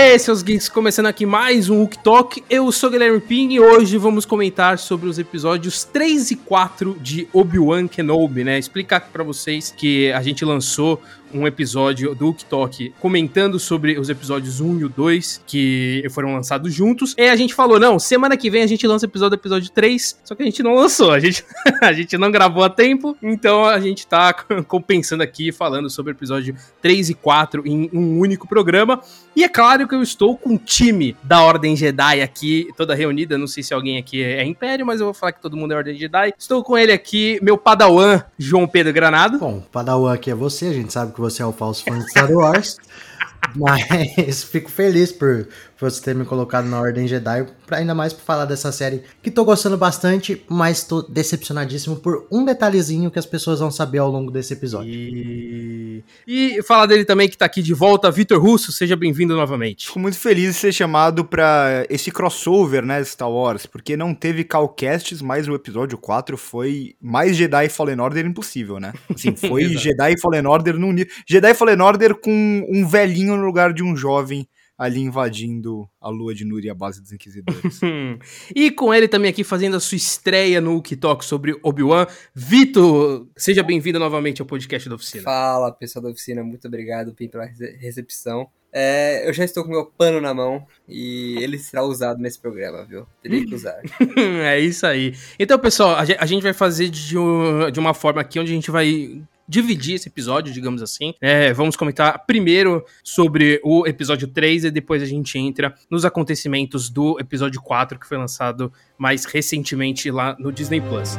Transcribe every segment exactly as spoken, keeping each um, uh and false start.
aí, seus geeks, começando aqui mais um Wookie Talk. Eu sou o Guilherme Ping e hoje vamos comentar sobre os episódios três e quatro de Obi-Wan Kenobi, né? Explicar pra vocês que a gente lançou um episódio do Wookie Talk comentando sobre os episódios um e o dois, que foram lançados juntos. E a gente falou, não, semana que vem a gente lança o episódio do episódio três, só que a gente não lançou, a gente, a gente não gravou a tempo, então a gente tá compensando aqui, falando sobre o episódio três e quatro em um único programa. E é claro que eu estou com o time da Ordem Jedi aqui, toda reunida, não sei se alguém aqui é Império, mas eu vou falar que todo mundo é Ordem Jedi. Estou com ele aqui, meu padawan, João Pedro Granado. Bom, padawan aqui é você, a gente sabe que você é o falso fã de Star Wars, mas fico feliz por, por você ter me colocado na Ordem Jedi, pra, ainda mais por falar dessa série que tô gostando bastante, mas tô decepcionadíssimo por um detalhezinho que as pessoas vão saber ao longo desse episódio. E, e falar dele também que tá aqui de volta, Vitor Russo, seja bem-vindo novamente. Fico muito feliz de ser chamado pra esse crossover, né, Star Wars, porque não teve Calcasts, mas o episódio quatro foi mais Jedi Fallen Order impossível, né? Assim, foi Jedi Fallen Order num nível... Jedi Fallen Order com um velhinho no lugar de um jovem ali invadindo a lua de Núria, a base dos Inquisidores. E com ele também aqui fazendo a sua estreia no Wookie Talk sobre Obi-Wan, Vitor, seja bem-vindo novamente ao podcast da Oficina. Fala, pessoal da Oficina, muito obrigado pela recepção. É, eu já estou com meu pano na mão e ele será usado nesse programa, viu? Terei que usar. É isso aí. Então, pessoal, a gente vai fazer de, de uma forma aqui onde a gente vai dividir esse episódio, digamos assim. É, vamos comentar primeiro sobre o episódio três e depois a gente entra nos acontecimentos do episódio quatro, que foi lançado mais recentemente lá no Disney Plus.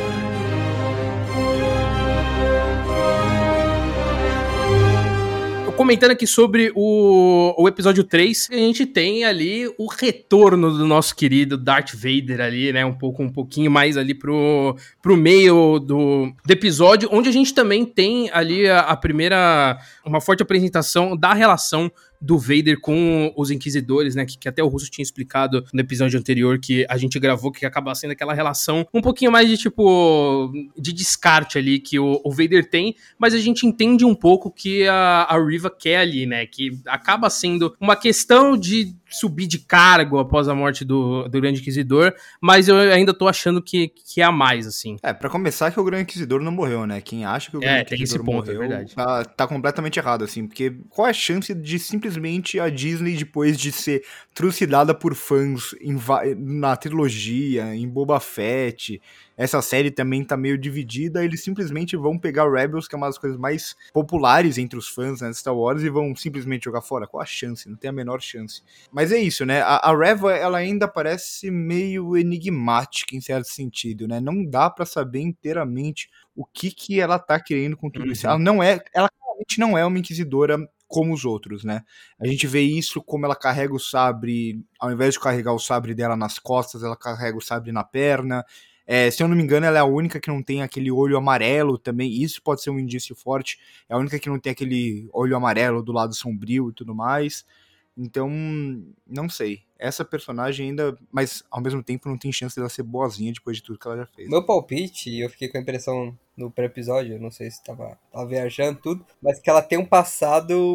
Comentando aqui sobre o, o episódio três, a gente tem ali o retorno do nosso querido Darth Vader ali, né, um pouco, um pouquinho mais ali pro, pro meio do, do episódio, onde a gente também tem ali a, a primeira, uma forte apresentação da relação do Vader com os Inquisidores, né, que, que até o Russo tinha explicado no episódio anterior que a gente gravou, que acaba sendo aquela relação um pouquinho mais de, tipo, de descarte ali que o, o Vader tem, mas a gente entende um pouco que a, a Reva quer ali, né, que acaba sendo uma questão de subir de cargo após a morte do, do Grande Inquisidor, mas eu ainda tô achando que, que é a mais, assim. É, pra começar que o Grande Inquisidor não morreu, né? Quem acha que o Grande é, Inquisidor ponto, morreu é verdade. Tá, tá completamente errado, assim, porque qual é a chance de simplesmente a Disney, depois de ser trucidada por fãs em, na trilogia, em Boba Fett, essa série também tá meio dividida, eles simplesmente vão pegar Rebels, que é uma das coisas mais populares entre os fãs, né, de Star Wars, e vão simplesmente jogar fora? Qual a chance? Não tem a menor chance. Mas é isso, né? A, a Reva, ela ainda parece meio enigmática em certo sentido, né? Não dá pra saber inteiramente o que que ela tá querendo com tudo uhum. isso. Ela não é, ela claramente não é uma inquisidora como os outros, né? A gente vê isso como ela carrega o sabre, ao invés de carregar o sabre dela nas costas, ela carrega o sabre na perna. É, se eu não me engano, ela é a única que não tem aquele olho amarelo também, isso pode ser um indício forte, é a única que não tem aquele olho amarelo do lado sombrio e tudo mais. Então, não sei. Essa personagem ainda, mas ao mesmo tempo não tem chance dela ser boazinha depois de tudo que ela já fez. Meu palpite, eu fiquei com a impressão no pré-episódio, não sei se tava, tava viajando tudo, mas que ela tem um passado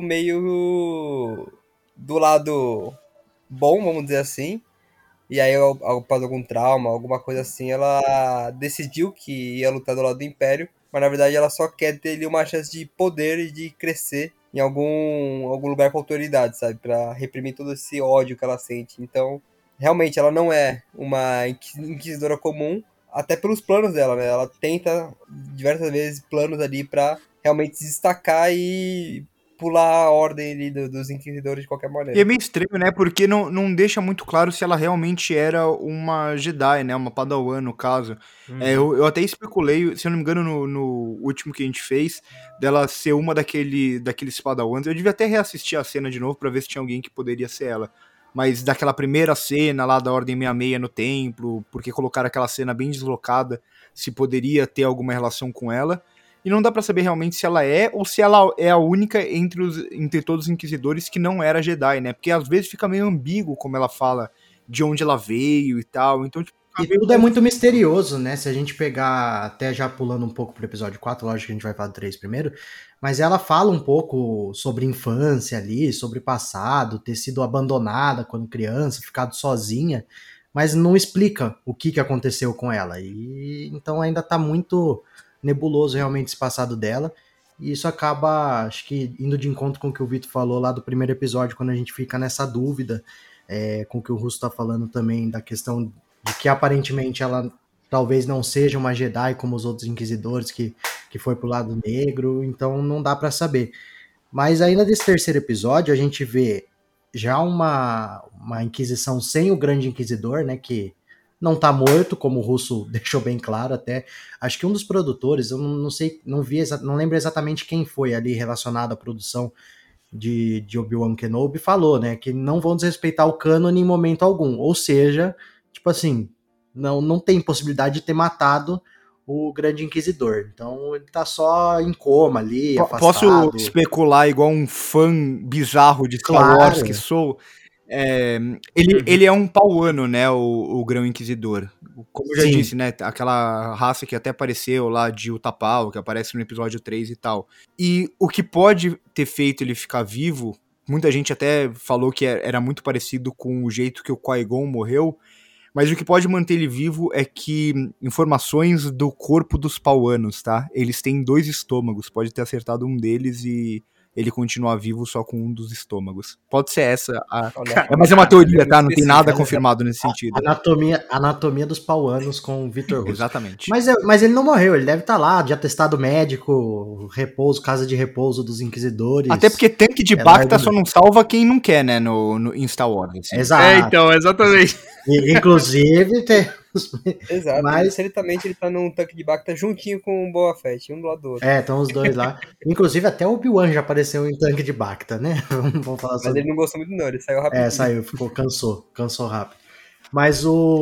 meio do lado bom, vamos dizer assim. E aí, após algum trauma, alguma coisa assim, ela decidiu que ia lutar do lado do Império, mas na verdade ela só quer ter ali uma chance de poder e de crescer em algum, algum lugar com autoridade, sabe? Pra reprimir todo esse ódio que ela sente. Então, realmente, ela não é uma inquisidora comum, até pelos planos dela, né? Ela tenta diversas vezes planos ali pra realmente se destacar e pular a ordem ali do, dos inquisidores de qualquer maneira. E é meio estranho, né? Porque não, não deixa muito claro se ela realmente era uma Jedi, né? Uma Padawan, no caso. Hum. É, eu, eu até especulei, se eu não me engano, no, no último que a gente fez, dela ser uma daquele, daqueles Padawans. Eu devia até reassistir a cena de novo pra ver se tinha alguém que poderia ser ela. Mas daquela primeira cena lá da Ordem sessenta e seis no templo, porque colocaram aquela cena bem deslocada, se poderia ter alguma relação com ela. E não dá pra saber realmente se ela é ou se ela é a única entre, os, entre todos os inquisidores que não era Jedi, né? Porque às vezes fica meio ambíguo como ela fala de onde ela veio e tal. Então, tipo, E tudo é muito misterioso, né? Se a gente pegar, até já pulando um pouco pro episódio quatro, lógico que a gente vai falar do três primeiro, mas ela fala um pouco sobre infância ali, sobre passado, ter sido abandonada quando criança, ficado sozinha, mas não explica o que, que aconteceu com ela. E então ainda tá muito nebuloso realmente esse passado dela. E isso acaba, acho que, indo de encontro com o que o Vitor falou lá do primeiro episódio, quando a gente fica nessa dúvida, é, com o que o Russo tá falando também, da questão de que aparentemente ela talvez não seja uma Jedi como os outros Inquisidores, que, que foi pro lado negro, então não dá pra saber. Mas ainda desse terceiro episódio, a gente vê já uma, uma Inquisição sem o Grande Inquisidor, né, que não tá morto, como o Russo deixou bem claro até. Acho que um dos produtores, eu não, não sei, não vi, não lembro exatamente quem foi ali relacionado à produção de, de Obi-Wan Kenobi, falou, né, que não vão desrespeitar o cânone em momento algum. Ou seja, tipo assim, não, não tem possibilidade de ter matado o Grande Inquisidor. Então ele tá só em coma ali, P- afastado. Posso especular igual um fã bizarro de Star Claro. Wars que sou? É, ele, Uhum. ele é um pauano, né, o, o Grão Inquisidor. Como eu já Sim. disse, né, aquela raça que até apareceu lá de Utapau, que aparece no episódio três e tal. E o que pode ter feito ele ficar vivo, muita gente até falou que era muito parecido com o jeito que o Qui-Gon morreu, mas o que pode manter ele vivo é que informações do corpo dos pauanos, tá? Eles têm dois estômagos, pode ter acertado um deles e ele continuar vivo só com um dos estômagos. Pode ser essa a... Olha, É, mas é uma teoria, tá? Não tem nada específico, confirmado nesse sentido. Anatomia, anatomia dos pauanos com o Victor Russo. Exatamente. Mas, é- mas ele não morreu, ele deve estar lá, de atestado médico, repouso, casa de repouso dos Inquisidores. Até porque tanque de É Bacta largo só não salva quem não quer, né, no, no, em Star Wars. assim. Exato. É, então, exatamente. E, inclusive, tem... Exato, Mas- e certamente ele tá num tanque de Bacta juntinho com o Boa Fett, um do lado do outro. É, estão os dois lá. Inclusive, até o Obi-Wan já apareceu em tanque de Bacta, né? Vamos falar Mas sobre ele não gostou muito não, ele saiu rapidinho. É, saiu, ficou, cansou, cansou rápido. Mas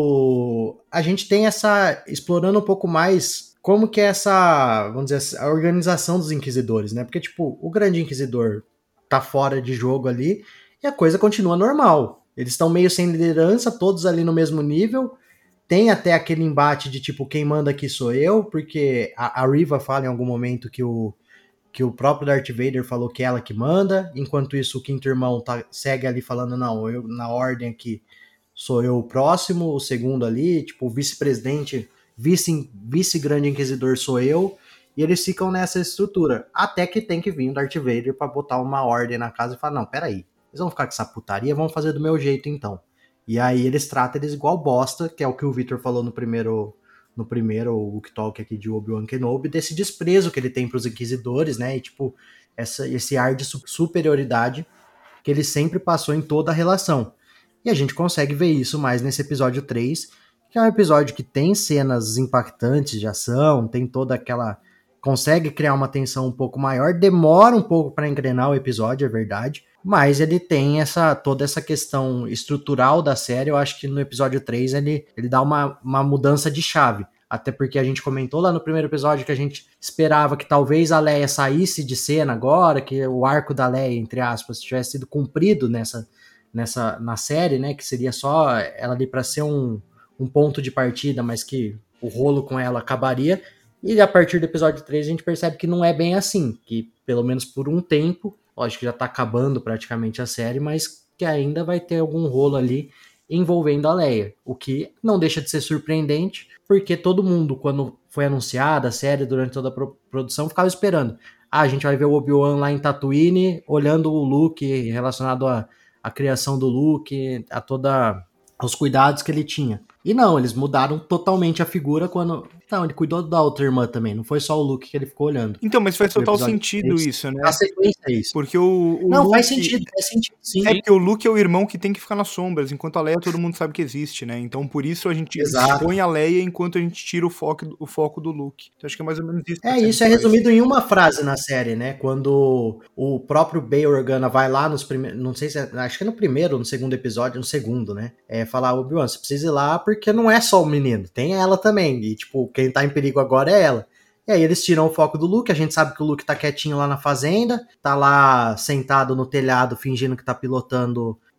o a gente tem essa, explorando um pouco mais como que é essa, vamos dizer assim, a organização dos Inquisidores, né? Porque, tipo, o Grande Inquisidor tá fora de jogo ali e a coisa continua normal. Eles estão meio sem liderança, todos ali no mesmo nível. Tem até aquele embate de, tipo, quem manda aqui sou eu, porque a, a Riva fala em algum momento que o que o próprio Darth Vader falou que é ela que manda, enquanto isso o quinto irmão tá, segue ali falando, não, eu na ordem aqui sou eu o próximo, o segundo ali, tipo, o vice-presidente, vice, vice-grande inquisidor sou eu, e eles ficam nessa estrutura, até que tem que vir o Darth Vader pra botar uma ordem na casa e falar, não, peraí, eles vão ficar com essa putaria, vão fazer do meu jeito então. E aí eles tratam eles igual bosta, que é o que o Victor falou no primeiro... no primeiro Wookiee Talk aqui de Obi-Wan Kenobi, desse desprezo que ele tem pros Inquisidores, né, e tipo, essa, esse ar de superioridade que ele sempre passou em toda a relação. E a gente consegue ver isso mais nesse episódio três, que é um episódio que tem cenas impactantes de ação, tem toda aquela... consegue criar uma tensão um pouco maior, demora um pouco para engrenar o episódio, é verdade, mas ele tem essa, toda essa questão estrutural da série. Eu acho que no episódio três ele, ele dá uma, uma mudança de chave, até porque a gente comentou lá no primeiro episódio que a gente esperava que talvez a Leia saísse de cena agora, que o arco da Leia, entre aspas, tivesse sido cumprido nessa, nessa, na série, né, que seria só ela ali para ser um, um ponto de partida, mas que o rolo com ela acabaria. E a partir do episódio três a gente percebe que não é bem assim, que pelo menos por um tempo, lógico que já tá acabando praticamente a série, mas que ainda vai ter algum rolo ali envolvendo a Leia, o que não deixa de ser surpreendente, porque todo mundo, quando foi anunciada a série, durante toda a pro- produção, ficava esperando. Ah, a gente vai ver o Obi-Wan lá em Tatooine, olhando o Luke, relacionado à, à criação do Luke, a toda... aos cuidados que ele tinha. E não, eles mudaram totalmente a figura quando... Não, ele cuidou da outra irmã também, não foi só o Luke que ele ficou olhando. Então, mas faz No total episódio sentido três. isso, né? A sequência é isso. Porque o, o Não, Luke... faz sentido, faz sentido, sim. É porque o Luke é o irmão que tem que ficar nas sombras, enquanto a Leia todo mundo sabe que existe, né? Então por isso a gente Exato. expõe a Leia enquanto a gente tira o foco, o foco do Luke. Então acho que é mais ou menos isso. que a É, série isso é faz. resumido em uma frase na série, né? Quando o próprio Bail Organa vai lá nos primeiros... Não sei se é... Acho que é no primeiro ou no segundo episódio, no segundo, né? É falar, Obi-Wan, você precisa ir lá porque não é só o menino, tem ela também. E, tipo, quem tá em perigo agora é ela. E aí eles tiram o foco do Luke, a gente sabe que o Luke tá quietinho lá na fazenda, tá lá sentado no telhado fingindo que tá pilotando,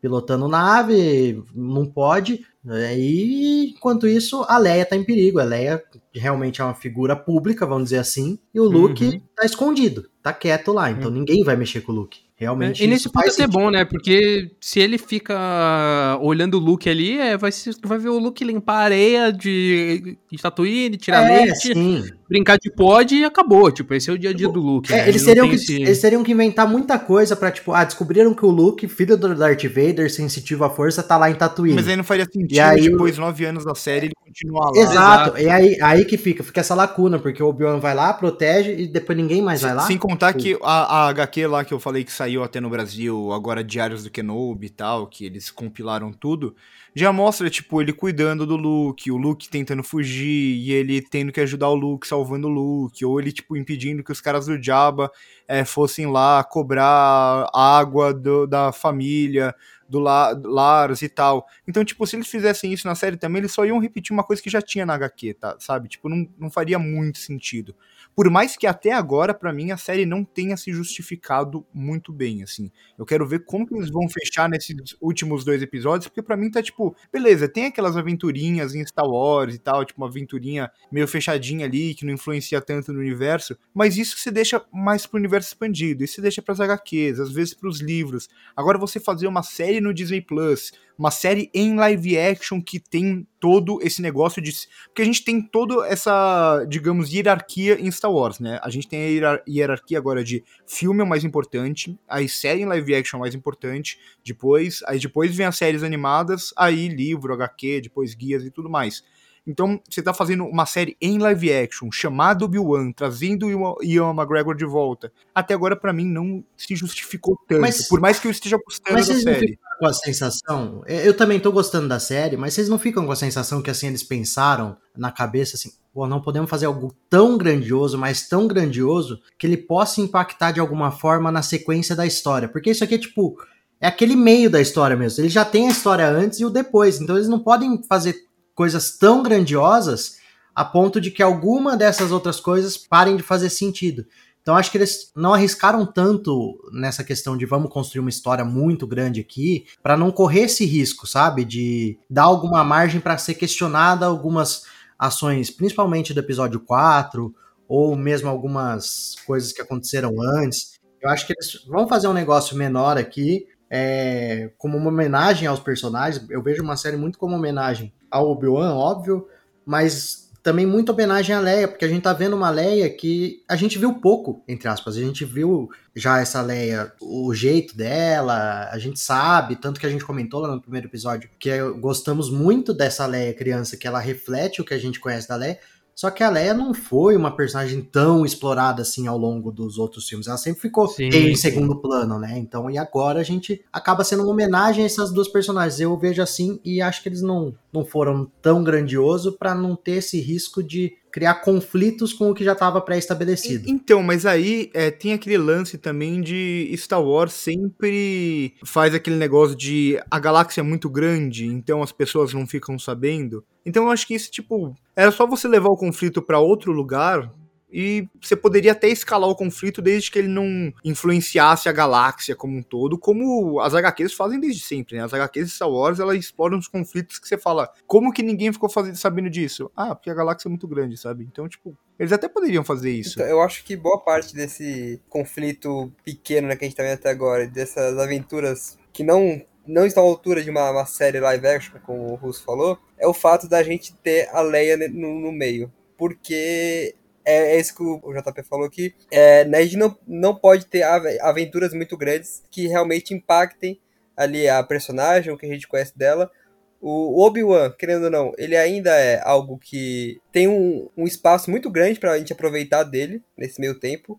pilotando nave, não pode. E enquanto isso, a Leia tá em perigo. A Leia realmente é uma figura pública, vamos dizer assim, e o Luke Uhum. tá escondido, tá quieto lá, então Uhum. ninguém vai mexer com o Luke. Realmente É, e nesse isso ponto é faz até sentido. bom, né? Porque se ele fica olhando o Luke ali, é, vai, se- vai ver o Luke limpar a areia de, de Tatooine, tirar É, leite, sim. brincar de pod e acabou. Tipo, esse é o dia a dia Tipo, do Luke, é, né? eles Ele não teriam tem que, esse... eles teriam que inventar muita coisa pra, tipo, ah, descobriram que o Luke, filho do Darth Vader, sensitivo à força, tá lá em Mas Tatooine. aí não faria E sentido, aí, o- depois de nove anos da série, ele continuar lá. exato, Exato. e aí, aí que fica, fica essa lacuna, porque o Obi-Wan vai lá, protege e depois ninguém mais vai Se- lá. Sem contar Tipo, que a, a H Q lá que eu falei que saiu até no Brasil, agora Diários do Kenobi e tal, que eles compilaram tudo, já mostra, tipo, ele cuidando do Luke, o Luke tentando fugir, e ele tendo que ajudar o Luke, salvando o Luke, ou ele, tipo, impedindo que os caras do Jabba é, fossem lá cobrar água do, da família, do La, Lars e tal. Então, tipo, se eles fizessem isso na série também, eles só iam repetir uma coisa que já tinha na H Q, tá? Sabe? Tipo, não, não faria muito sentido. Por mais que até agora, pra mim, a série não tenha se justificado muito bem, assim. Eu quero ver como que eles vão fechar nesses últimos dois episódios, porque pra mim tá tipo, beleza, tem aquelas aventurinhas em Star Wars e tal, tipo uma aventurinha meio fechadinha ali, que não influencia tanto no universo, mas isso você deixa mais pro universo expandido, isso você deixa pras H Qs, às vezes pros livros. Agora você fazer uma série no Disney Plus, uma série em live action que tem todo esse negócio de... Porque a gente tem toda essa, digamos, hierarquia em Star Wars, né? A gente tem a hierarquia agora de filme é o mais importante, aí série em live action é o mais importante, depois, aí depois vem as séries animadas, aí livro, H Q, depois guias e tudo mais. Então, você tá fazendo uma série em live action, chamada Obi-Wan, trazendo o Ian McGregor de volta. Até agora, pra mim, não se justificou tanto. Mas, Por mais que eu esteja gostando mas da vocês não série. ficam com a sensação, eu também tô gostando da série, mas vocês não ficam com a sensação que assim eles pensaram na cabeça assim, pô, não podemos fazer algo tão grandioso, mas tão grandioso, que ele possa impactar de alguma forma na sequência da história. Porque isso aqui é tipo, é aquele meio da história mesmo. Ele já tem a história antes e o depois, então eles não podem fazer coisas tão grandiosas a ponto de que alguma dessas outras coisas parem de fazer sentido. Então acho que eles não arriscaram tanto nessa questão de vamos construir uma história muito grande aqui, para não correr esse risco, sabe? De dar alguma margem para ser questionada algumas ações, principalmente do episódio quatro, ou mesmo algumas coisas que aconteceram antes. Eu acho que eles vão fazer um negócio menor aqui, é, como uma homenagem aos personagens. Eu vejo uma série muito como homenagem ao Obi-Wan, óbvio, mas também muita homenagem à Leia, porque a gente tá vendo uma Leia que a gente viu pouco, entre aspas. A gente viu já essa Leia, o jeito dela, a gente sabe, tanto que a gente comentou lá no primeiro episódio, que gostamos muito dessa Leia criança, que ela reflete o que a gente conhece da Leia. Só que a Leia não foi uma personagem tão explorada assim ao longo dos outros filmes. Ela sempre ficou Sim, em sim. segundo plano, né? Então, e agora a gente acaba sendo uma homenagem a essas duas personagens. Eu vejo assim e acho que eles não, não foram tão grandioso para não ter esse risco de criar conflitos com o que já estava pré-estabelecido. Então, mas aí é, tem aquele lance também de Star Wars sempre faz aquele negócio de a galáxia é muito grande, então as pessoas não ficam sabendo. Então eu acho que isso, tipo, era só você levar o conflito pra outro lugar e você poderia até escalar o conflito desde que ele não influenciasse a galáxia como um todo, como as H Qs fazem desde sempre, né? As H Qs de Star Wars, elas exploram os conflitos que você fala, como que ninguém ficou fazendo, sabendo disso? Ah, porque a galáxia é muito grande, sabe? Então, tipo, eles até poderiam fazer isso. Então, eu acho que boa parte desse conflito pequeno, né, que a gente tá vendo até agora, dessas aventuras que não, não estão à altura de uma, uma série live action, como o Russo falou, é o fato da gente ter a Leia no, no meio. Porque é, é isso que o J P falou aqui. É, né, a gente não, não pode ter aventuras muito grandes que realmente impactem ali a personagem, o que a gente conhece dela. O Obi-Wan, querendo ou não, ele ainda é algo que tem um, um espaço muito grande pra gente aproveitar dele nesse meio tempo,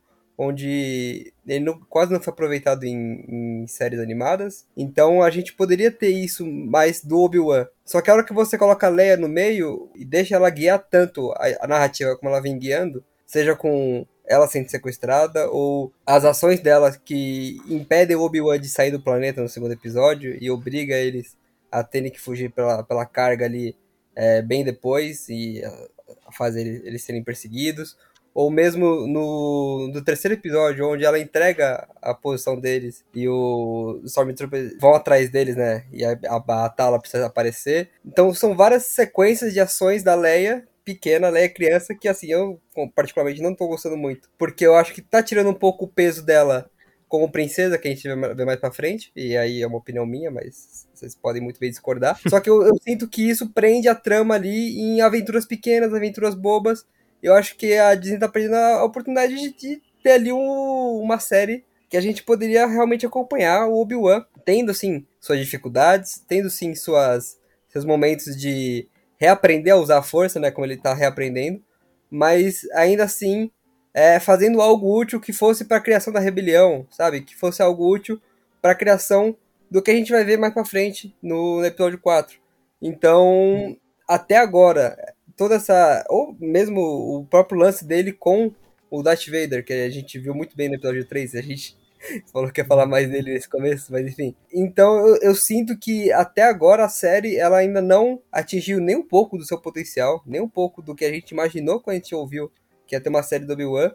onde ele não, quase não foi aproveitado em, em séries animadas. Então a gente poderia ter isso mais do Obi-Wan. Só que a hora que você coloca a Leia no meio e deixa ela guiar tanto a, a narrativa como ela vem guiando, seja com ela sendo sequestrada ou as ações dela que impedem o Obi-Wan de sair do planeta no segundo episódio e obriga eles a terem que fugir pela, pela carga ali é, bem depois e a, a fazer eles, eles serem perseguidos, ou mesmo no, no terceiro episódio, onde ela entrega a posição deles e o- os Stormtroopers vão atrás deles, né? E a, a, a Tala precisa aparecer. Então são várias sequências de ações da Leia pequena, Leia criança, que assim, eu particularmente não tô gostando muito. Porque eu acho que tá tirando um pouco o peso dela como princesa, que a gente vê mais pra frente, e aí é uma opinião minha, mas vocês podem muito bem discordar. Só que eu, eu sinto que isso prende a trama ali em aventuras pequenas, aventuras bobas. Eu acho que a Disney tá perdendo a oportunidade de, de ter ali um, uma série que a gente poderia realmente acompanhar o Obi-Wan, tendo sim suas dificuldades, tendo sim suas, seus momentos de reaprender a usar a força, né, como ele tá reaprendendo, mas ainda assim é, fazendo algo útil que fosse para a criação da rebelião, sabe? Que fosse algo útil para a criação do que a gente vai ver mais para frente no, no episódio quatro. Então, até agora, toda essa... Ou mesmo o próprio lance dele com o Darth Vader, que a gente viu muito bem no episódio três, a gente falou que ia falar mais dele nesse começo, mas enfim. Então, eu, eu sinto que até agora a série, ela ainda não atingiu nem um pouco do seu potencial, nem um pouco do que a gente imaginou quando a gente ouviu que ia ter uma série do Obi-Wan,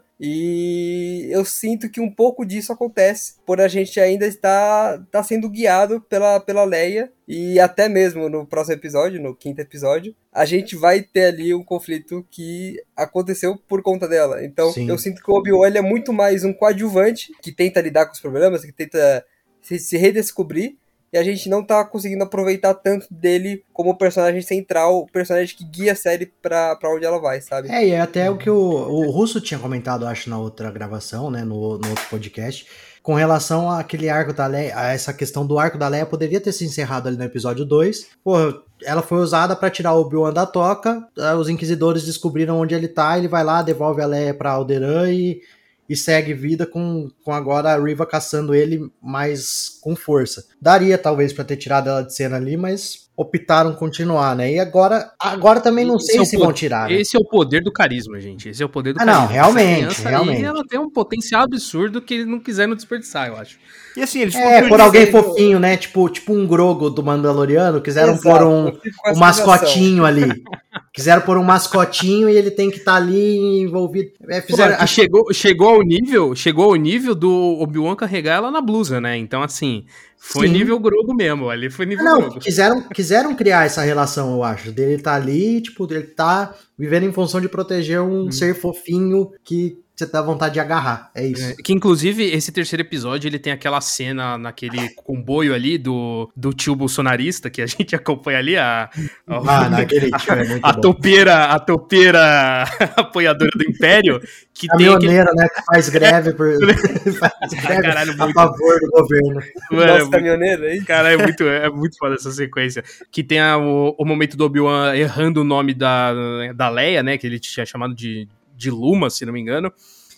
e eu sinto que um pouco disso acontece por a gente ainda estar tá sendo guiado pela, pela Leia, e até mesmo no próximo episódio, no quinto episódio, a gente vai ter ali um conflito que aconteceu por conta dela. Então, Sim. eu sinto que o Obi-Wan ele é muito mais um coadjuvante, que tenta lidar com os problemas, que tenta se, se redescobrir, e a gente não tá conseguindo aproveitar tanto dele como personagem central, o personagem que guia a série pra, pra onde ela vai, sabe? É, e é até o que o, o Russo tinha comentado, acho, na outra gravação, né, no, no outro podcast, com relação àquele arco da Leia, a essa questão do arco da Leia poderia ter se encerrado ali no episódio dois. Pô, ela foi usada pra tirar o Obi-Wan da toca, os Inquisidores descobriram onde ele tá, ele vai lá, devolve a Leia pra Alderaan e... e segue vida com, com agora a Riva caçando ele mais com força. Daria talvez pra ter tirado ela de cena ali, mas optaram continuar, né? E agora, agora também não Esse sei é o se poder- vão tirar, né? Esse é o poder do carisma, gente. Esse é o poder do Ah, não, carisma. realmente, Essa criança realmente. Aí, ela tem um potencial absurdo que eles não quiseram desperdiçar, eu acho. E assim, eles É, ficam por alguém dizendo- fofinho, né? Tipo, tipo um Grogo do Mandaloriano, quiseram Exato, pôr um, eu fico com um essa mascotinho ali. Quiseram pôr um mascotinho e ele tem que estar ali envolvido. É, fizeram, Pô, que chegou, chegou ao nível, chegou ao nível do Obi-Wan carregar ela na blusa, né? Então, assim, foi Sim. nível Grogu mesmo. Ali foi nível Não, Grogu. quiseram, quiseram criar essa relação, eu acho. Dele tá ali, tipo, ele tá vivendo em função de proteger um Hum. ser fofinho que você dá vontade de agarrar. É isso. É, que inclusive esse terceiro episódio ele tem aquela cena naquele comboio ali do, do tio bolsonarista que a gente acompanha ali, a, Ah, naquele tio é muito a bom. topeira, a topeira apoiadora do Império, que tem aquele. Caminhoneiro, né? Que faz greve, por, faz greve Caralho, a muito- favor do governo. Mano, é Nosso muito- caminhoneiro aí. Cara, é muito, é muito foda essa sequência. Que tem a- o, o momento do Obi-Wan errando o nome da, da Leia, né? Que ele tinha chamado de, de Luma, se não me engano.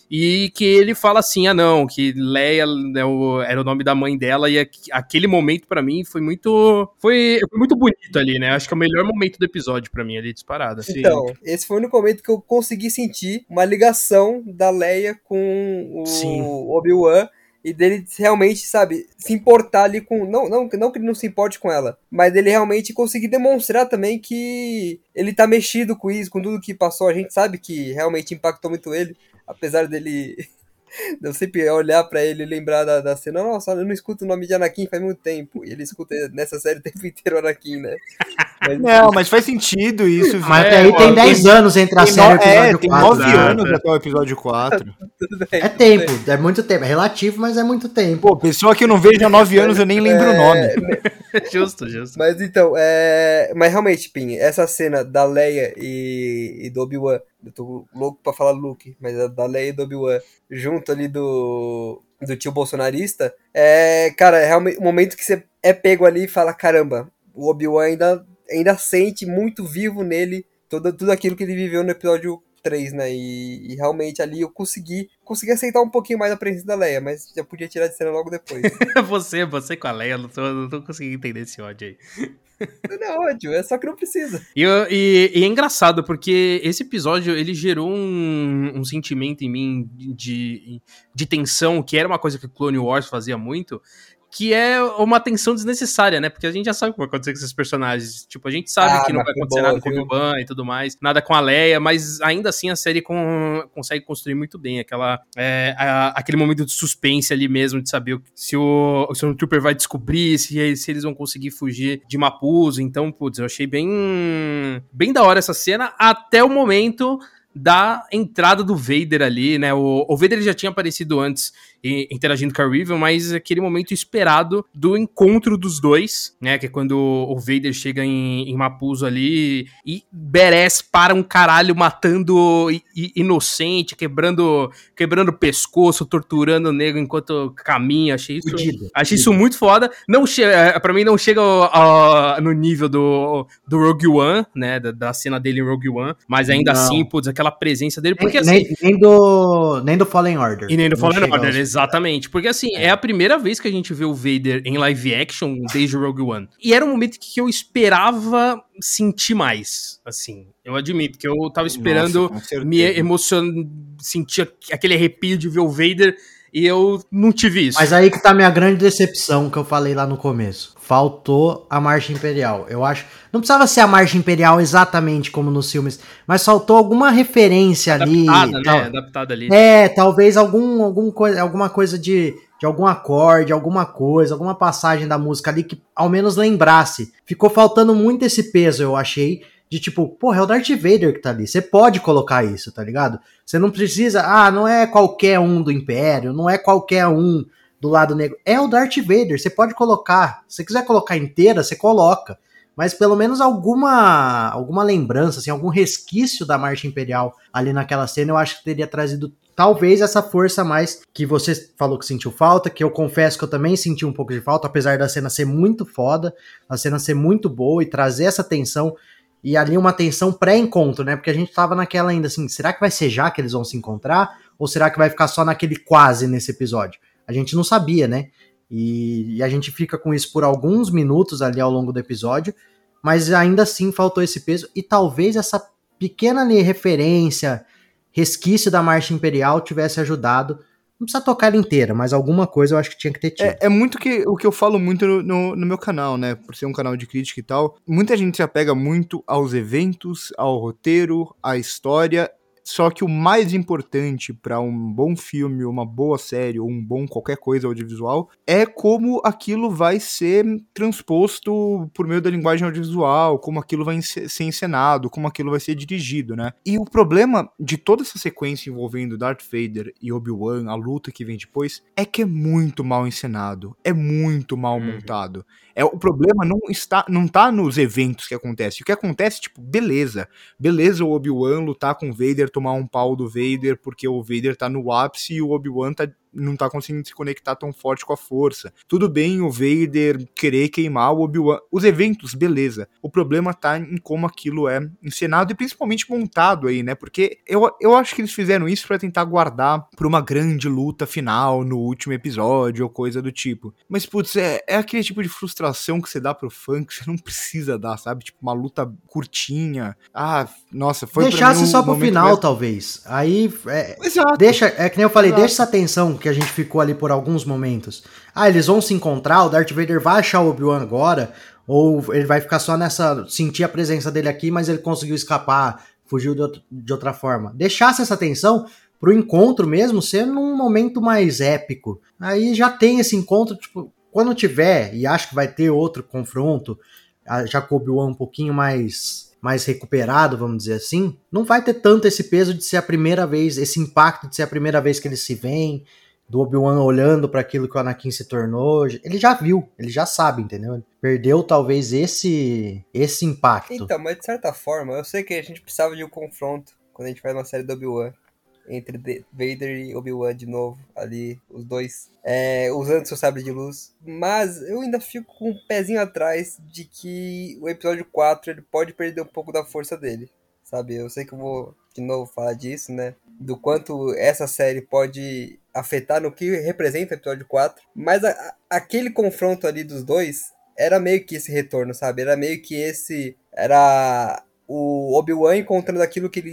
E que ele fala assim, ah não, que Leia é o- era o nome da mãe dela. E aqu- aquele momento pra mim foi muito foi, foi muito bonito ali, né? Acho que é o melhor momento do episódio pra mim ali, disparado. Assim. Então, esse foi o único momento que eu consegui sentir uma ligação da Leia com o Sim. Obi-Wan e dele realmente, sabe, se importar ali com... Não, não, não que ele não se importe com ela, mas dele realmente conseguir demonstrar também que ele tá mexido com isso, com tudo que passou. A gente sabe que realmente impactou muito ele, apesar dele... de eu sempre olhar pra ele e lembrar da, da cena. Nossa, eu não escuto o nome de Anakin faz muito tempo. E ele escuta nessa série o tempo inteiro o Anakin, né? Mas, Não, mas faz sentido isso. Mas É, até aí ó, tem tem- dez anos entre a Tem série e o no- é, episódio tem quatro. nove Exato. anos até o episódio quatro. tudo bem, É tudo tempo, bem. é muito tempo. É relativo, mas é muito tempo. Pô, pessoa que eu não vejo há nove anos, eu nem lembro o nome. Justo, justo. Mas então, é... Mas realmente, Pim, essa cena da Leia e, e do Obi-Wan, eu tô louco pra falar Luke, mas a da Leia e do Obi-Wan, junto ali do, do tio bolsonarista, é, cara, é realmente um momento que você é pego ali e fala, caramba, o Obi-Wan ainda, ainda sente muito vivo nele tudo, tudo aquilo que ele viveu no episódio três, né? E, e realmente ali eu consegui, consegui aceitar um pouquinho mais a presença da Leia, mas já podia tirar de cena logo depois. Você, você com a Leia, não tô, não tô conseguindo entender esse ódio aí. Não é ódio, é só que não precisa. E, eu- e- e é engraçado, porque esse episódio, ele gerou um, um sentimento em mim de, de tensão, que era uma coisa que o Clone Wars fazia muito, que é uma tensão desnecessária, né? Porque a gente já sabe o que vai acontecer com esses personagens. Tipo, a gente sabe Ah, que não mas vai foi acontecer boa, nada com o viu? Obi-Wan e tudo mais, nada com a Leia, mas ainda assim a série com- consegue construir muito bem aquela, é, a- aquele momento de suspense ali mesmo, de saber se o, se o Trooper vai descobrir, se, se eles vão conseguir fugir de Mapuzo. Então, putz, eu achei bem, bem da hora essa cena, até o momento da entrada do Vader ali, né? O, o Vader ele já tinha aparecido antes e, interagindo com a Riven, mas aquele momento esperado do encontro dos dois, né? Que é quando o Vader chega em, em Mapuzo ali e Beres para um caralho matando i- i- inocente, quebrando quebrando o pescoço, torturando o nego enquanto caminha. Achei isso, Fudido, achei fudido. isso muito foda. Não chega, para mim não chega ao- ao- no nível do, do Rogue One, né? Da, da cena dele em Rogue One, mas ainda Não. assim, putz, aquela presença dele, porque nem, assim, nem, nem do, nem do Fallen Order. e nem do Não Fallen chega Order, aos- exatamente. Porque assim, é. é a primeira vez que a gente vê o Vader em live action desde o Rogue One. E era um momento que eu esperava sentir mais, assim. Eu admito que eu tava esperando Nossa, com certeza. me emocionar, sentir aquele arrepio de ver o Vader e eu não tive isso. Mas aí que tá a minha grande decepção que eu falei lá no começo. Faltou a Marcha Imperial. Eu acho. Não precisava ser a Marcha Imperial exatamente como nos filmes, mas faltou alguma referência ali. Adaptada, né? tal- Adaptada ali. É, talvez algum, algum coi- alguma coisa de, de algum acorde, alguma coisa, alguma passagem da música ali que ao menos lembrasse. Ficou faltando muito esse peso, eu achei. De tipo, porra, é o Darth Vader que tá ali. Você pode colocar isso, tá ligado? Você não precisa. Ah, não é qualquer um do Império, não é qualquer um do lado negro. É o Darth Vader. Você pode colocar. Se você quiser colocar inteira, você coloca. Mas pelo menos alguma alguma lembrança, assim, algum resquício da Marcha Imperial ali naquela cena, eu acho que teria trazido talvez essa força a mais que você falou que sentiu falta, que eu confesso que eu também senti um pouco de falta, apesar da cena ser muito foda, a cena ser muito boa e trazer essa tensão. E ali uma tensão pré-encontro, né? Porque a gente tava naquela ainda assim, será que vai ser já que eles vão se encontrar? Ou será que vai ficar só naquele quase nesse episódio? A gente não sabia, né? E, e a gente fica com isso por alguns minutos ali ao longo do episódio, mas ainda assim faltou esse peso. E talvez essa pequena ali referência, resquício da Marcha Imperial tivesse ajudado. Não precisa tocar ela inteira, mas alguma coisa eu acho que tinha que ter tido. É, é muito que, o que eu falo muito no, no, no meu canal, né? Por ser um canal de crítica e tal. Muita gente se apega muito aos eventos, ao roteiro, à história. Só que o mais importante para um bom filme, uma boa série ou um bom qualquer coisa audiovisual é como aquilo vai ser transposto por meio da linguagem audiovisual, como aquilo vai ser encenado, como aquilo vai ser dirigido, né? E o problema de toda essa sequência envolvendo Darth Vader e Obi-Wan, a luta que vem depois, é que é muito mal encenado, é muito mal Uhum. montado. É, o problema não está, não tá nos eventos que acontecem. O que acontece, tipo, beleza. Beleza o Obi-Wan lutar com o Vader, tomar um pau do Vader, porque o Vader tá no ápice e o Obi-Wan tá, não tá conseguindo se conectar tão forte com a força. Tudo bem o Vader querer queimar o Obi-Wan. Os eventos, beleza. O problema tá em como aquilo é encenado e principalmente montado aí, né? Porque eu, eu acho que eles fizeram isso pra tentar guardar pra uma grande luta final no último episódio ou coisa do tipo. Mas, putz, é, é aquele tipo de frustração que você dá pro fã que você não precisa dar, sabe? Tipo, uma luta curtinha. Ah, nossa, foi Deixasse pra mim só o pro momento final, mais... talvez. Aí, é, Exato. deixa, é que nem eu falei, Exato. deixa essa tensão que a gente ficou ali por alguns momentos. Ah, eles vão se encontrar, o Darth Vader vai achar o Obi-Wan agora, ou ele vai ficar só nessa, sentir a presença dele aqui, mas ele conseguiu escapar, fugiu de, outro, de outra forma. Deixasse essa tensão pro encontro mesmo ser num momento mais épico. Aí já tem esse encontro, tipo, quando tiver, e acho que vai ter outro confronto, já com o Obi-Wan um pouquinho mais, mais recuperado, vamos dizer assim, não vai ter tanto esse peso de ser a primeira vez, esse impacto de ser a primeira vez que eles se veem, do Obi-Wan olhando para aquilo que o Anakin se tornou. Ele já viu, ele já sabe, entendeu? Ele perdeu talvez esse, esse impacto. Então, mas de certa forma, eu sei que a gente precisava de um confronto quando a gente faz uma série do Obi-Wan. Entre Vader e Obi-Wan de novo, ali, os dois é, usando seu sabre de luz. Mas eu ainda fico com um pezinho atrás de que o episódio quatro ele pode perder um pouco da força dele, sabe? Eu sei que eu vou de novo falar disso, né? Do quanto essa série pode afetar no que representa o episódio quatro. Mas a, a, aquele confronto ali dos dois era meio que esse retorno, sabe? Era meio que esse... Era o Obi-Wan encontrando aquilo que ele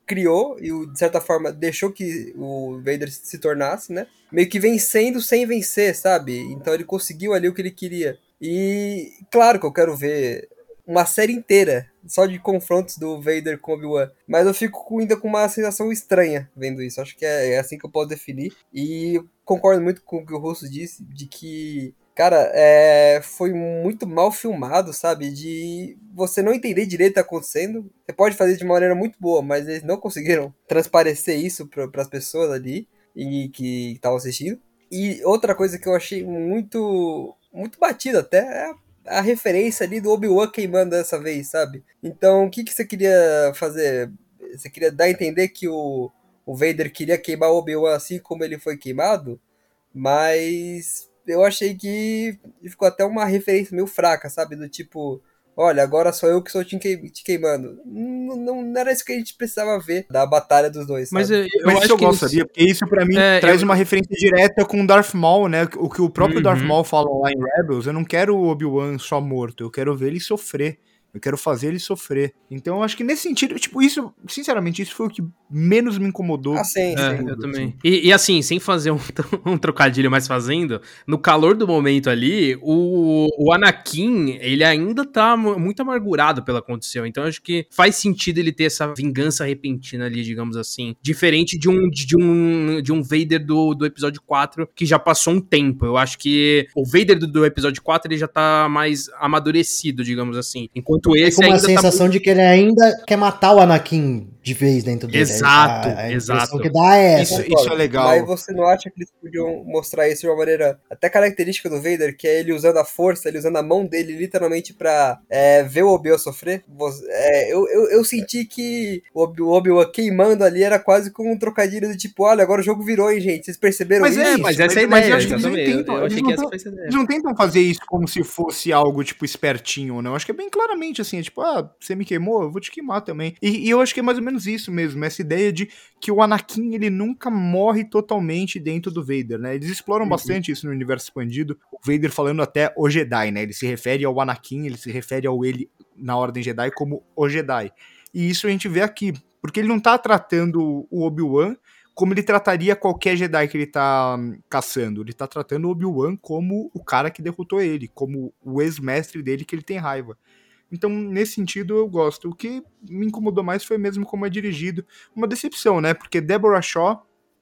criou e, de certa forma, deixou que o Vader se tornasse, né? Meio que vencendo sem vencer, sabe? Então ele conseguiu ali o que ele queria. E claro que eu quero ver uma série inteira só de confrontos do Vader com Obi-Wan. Mas eu fico com, ainda com uma sensação estranha vendo isso. Acho que é, é assim que eu posso definir. E concordo muito com o que o Russo disse, de que, cara, é, foi muito mal filmado, sabe? De você não entender direito o que tá acontecendo. Você pode fazer de uma maneira muito boa, mas eles não conseguiram transparecer isso para as pessoas ali e que estavam assistindo. E outra coisa que eu achei muito, muito batida até é a referência ali do Obi-Wan queimando dessa vez, sabe? Então, o que, que você queria fazer? Você queria dar a entender que o, o Vader queria queimar o Obi-Wan assim como ele foi queimado? Mas eu achei que ficou até uma referência meio fraca, sabe? Do tipo, olha, agora sou eu que estou te queimando. Não, não, não era isso que a gente precisava ver da batalha dos dois, Mas sabe? eu, eu Mas acho isso eu que gosto, eles- sabia? Porque isso pra mim É, traz eu- uma referência direta com o Darth Maul, né? O que o próprio Uhum. Darth Maul fala lá em Rebels, eu não quero o Obi-Wan só morto, eu quero ver ele sofrer. Eu quero fazer ele sofrer. Então eu acho que nesse sentido, tipo, isso, sinceramente, isso foi o que menos me incomodou. Ah, sim, de É, sim. tudo, eu também. assim. E, e assim, sem fazer um, um trocadilho, mas fazendo, no calor do momento ali, o, o Anakin, ele ainda tá mu- muito amargurado pelo que aconteceu. Então eu acho que faz sentido ele ter essa vingança repentina ali, digamos assim. Diferente de um, de um, de um Vader do, do episódio quatro, que já passou um tempo. Eu acho que o Vader do, do episódio quatro, ele já tá mais amadurecido, digamos assim. Enquanto É esse com uma ainda sensação tá... de que ele ainda quer matar o Anakin de vez dentro dele. Exato, a, a impressão exato. que dá é Isso, essa. Concordo. isso é legal. Mas você não acha que eles podiam mostrar isso de uma maneira até característica do Vader, que é ele usando a força, ele usando a mão dele literalmente pra é, ver o Obi-Wan sofrer? Você- é, eu, eu, eu senti que o Obi- o Obi-Wan queimando ali era quase como um trocadilho do tipo, olha, agora o jogo virou, hein, gente? Vocês perceberam Mas isso? é É, isso, mas essa é a mas ideia, eu acho que eles não exatamente. Eu- tentam, eu eles achei não que essa tão- foi essa ideia. eles não tentam fazer isso como se fosse algo, tipo, espertinho, né? Eu acho que é bem claramente assim, é tipo, ah, você me queimou, eu vou te queimar também. E, e eu acho que é mais ou menos isso mesmo, essa ideia de que o Anakin, ele nunca morre totalmente dentro do Vader, né? Eles exploram Uhum. bastante isso no universo expandido, o Vader falando até o Jedi, né? Ele se refere ao Anakin, ele se refere ao ele na Ordem Jedi como o Jedi. E isso a gente vê aqui, porque ele não tá tratando o Obi-Wan como ele trataria qualquer Jedi que ele tá hum, caçando. Ele tá tratando o Obi-Wan como o cara que derrotou ele, como o ex-mestre dele que ele tem raiva. Então, nesse sentido, eu gosto. O que me incomodou mais foi mesmo como é dirigido. Uma decepção, né? Porque Deborah Shaw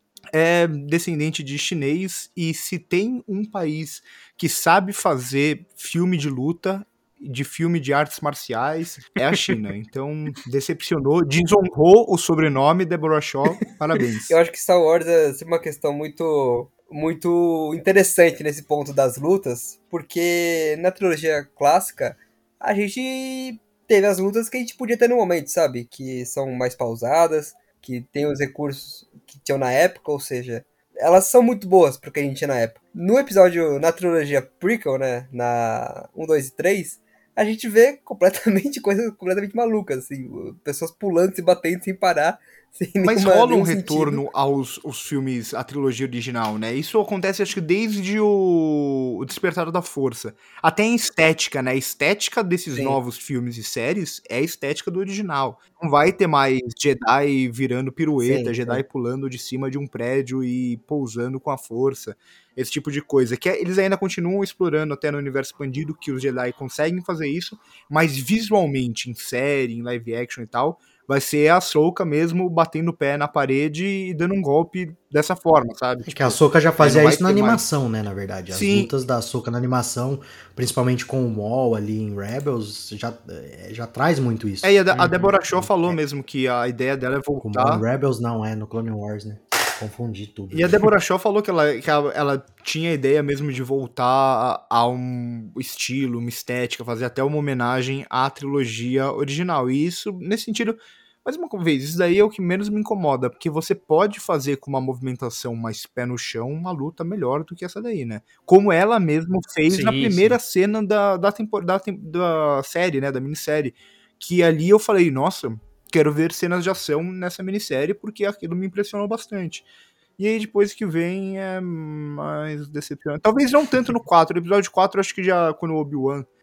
é descendente de chinês, e se tem um país que sabe fazer filme de luta, de filme de artes marciais, é a China. Então, decepcionou, desonrou o sobrenome Deborah Shaw. Parabéns. Eu acho que Star Wars é sempre uma questão muito, muito interessante nesse ponto das lutas, porque na trilogia clássica a gente teve as lutas que a gente podia ter no momento, sabe? Que são mais pausadas, que tem os recursos que tinham na época, ou seja, elas são muito boas pro que a gente tinha na época. No episódio, na trilogia prequel, né, na um, dois e três, a gente vê completamente coisas completamente malucas, assim, pessoas pulando, se batendo sem parar, sem Mas nenhuma, rola um nenhum retorno sentido. aos, aos filmes, à trilogia original, né? Isso acontece, acho que desde o, o Despertar da Força. Até em estética, né? A estética desses Sim. novos filmes e séries é a estética do original. Não vai ter mais Jedi virando pirueta, Sim, Jedi sim. pulando de cima de um prédio e pousando com a força. Esse tipo de coisa. Que é- eles ainda continuam explorando até no universo expandido, que os Jedi conseguem fazer isso, mas visualmente, em série, em live action e tal, vai ser a Ahsoka mesmo batendo o pé na parede e dando um golpe dessa forma, sabe? É que a Ahsoka já é, fazia não vai isso na ter mais- animação, né, na verdade. As Sim. lutas da Ahsoka na animação, principalmente com o Maul ali em Rebels, já, é, já traz muito isso. É, e a, a Deborah Shaw falou É. mesmo que a ideia dela é Com o Maul voltar. em Rebels não, é no Clone Wars, né? Confundi tudo. E a Deborah Shaw falou que ela, que ela, ela tinha a ideia mesmo de voltar a, a um estilo, uma estética, fazer até uma homenagem à trilogia original. E isso, nesse sentido, mais uma vez, isso daí é o que menos me incomoda, porque você pode fazer com uma movimentação mais pé no chão uma luta melhor do que essa daí, né? Como ela mesma fez Sim, na primeira sim. cena da, da, tempor, da, tem- da série, né? Da minissérie. Que ali eu falei, nossa, quero ver cenas de ação nessa minissérie, porque aquilo me impressionou bastante. E aí depois que vem é mais decepcionante. Talvez não tanto no quatro. O episódio quatro, acho que já, quando o Obi-Wan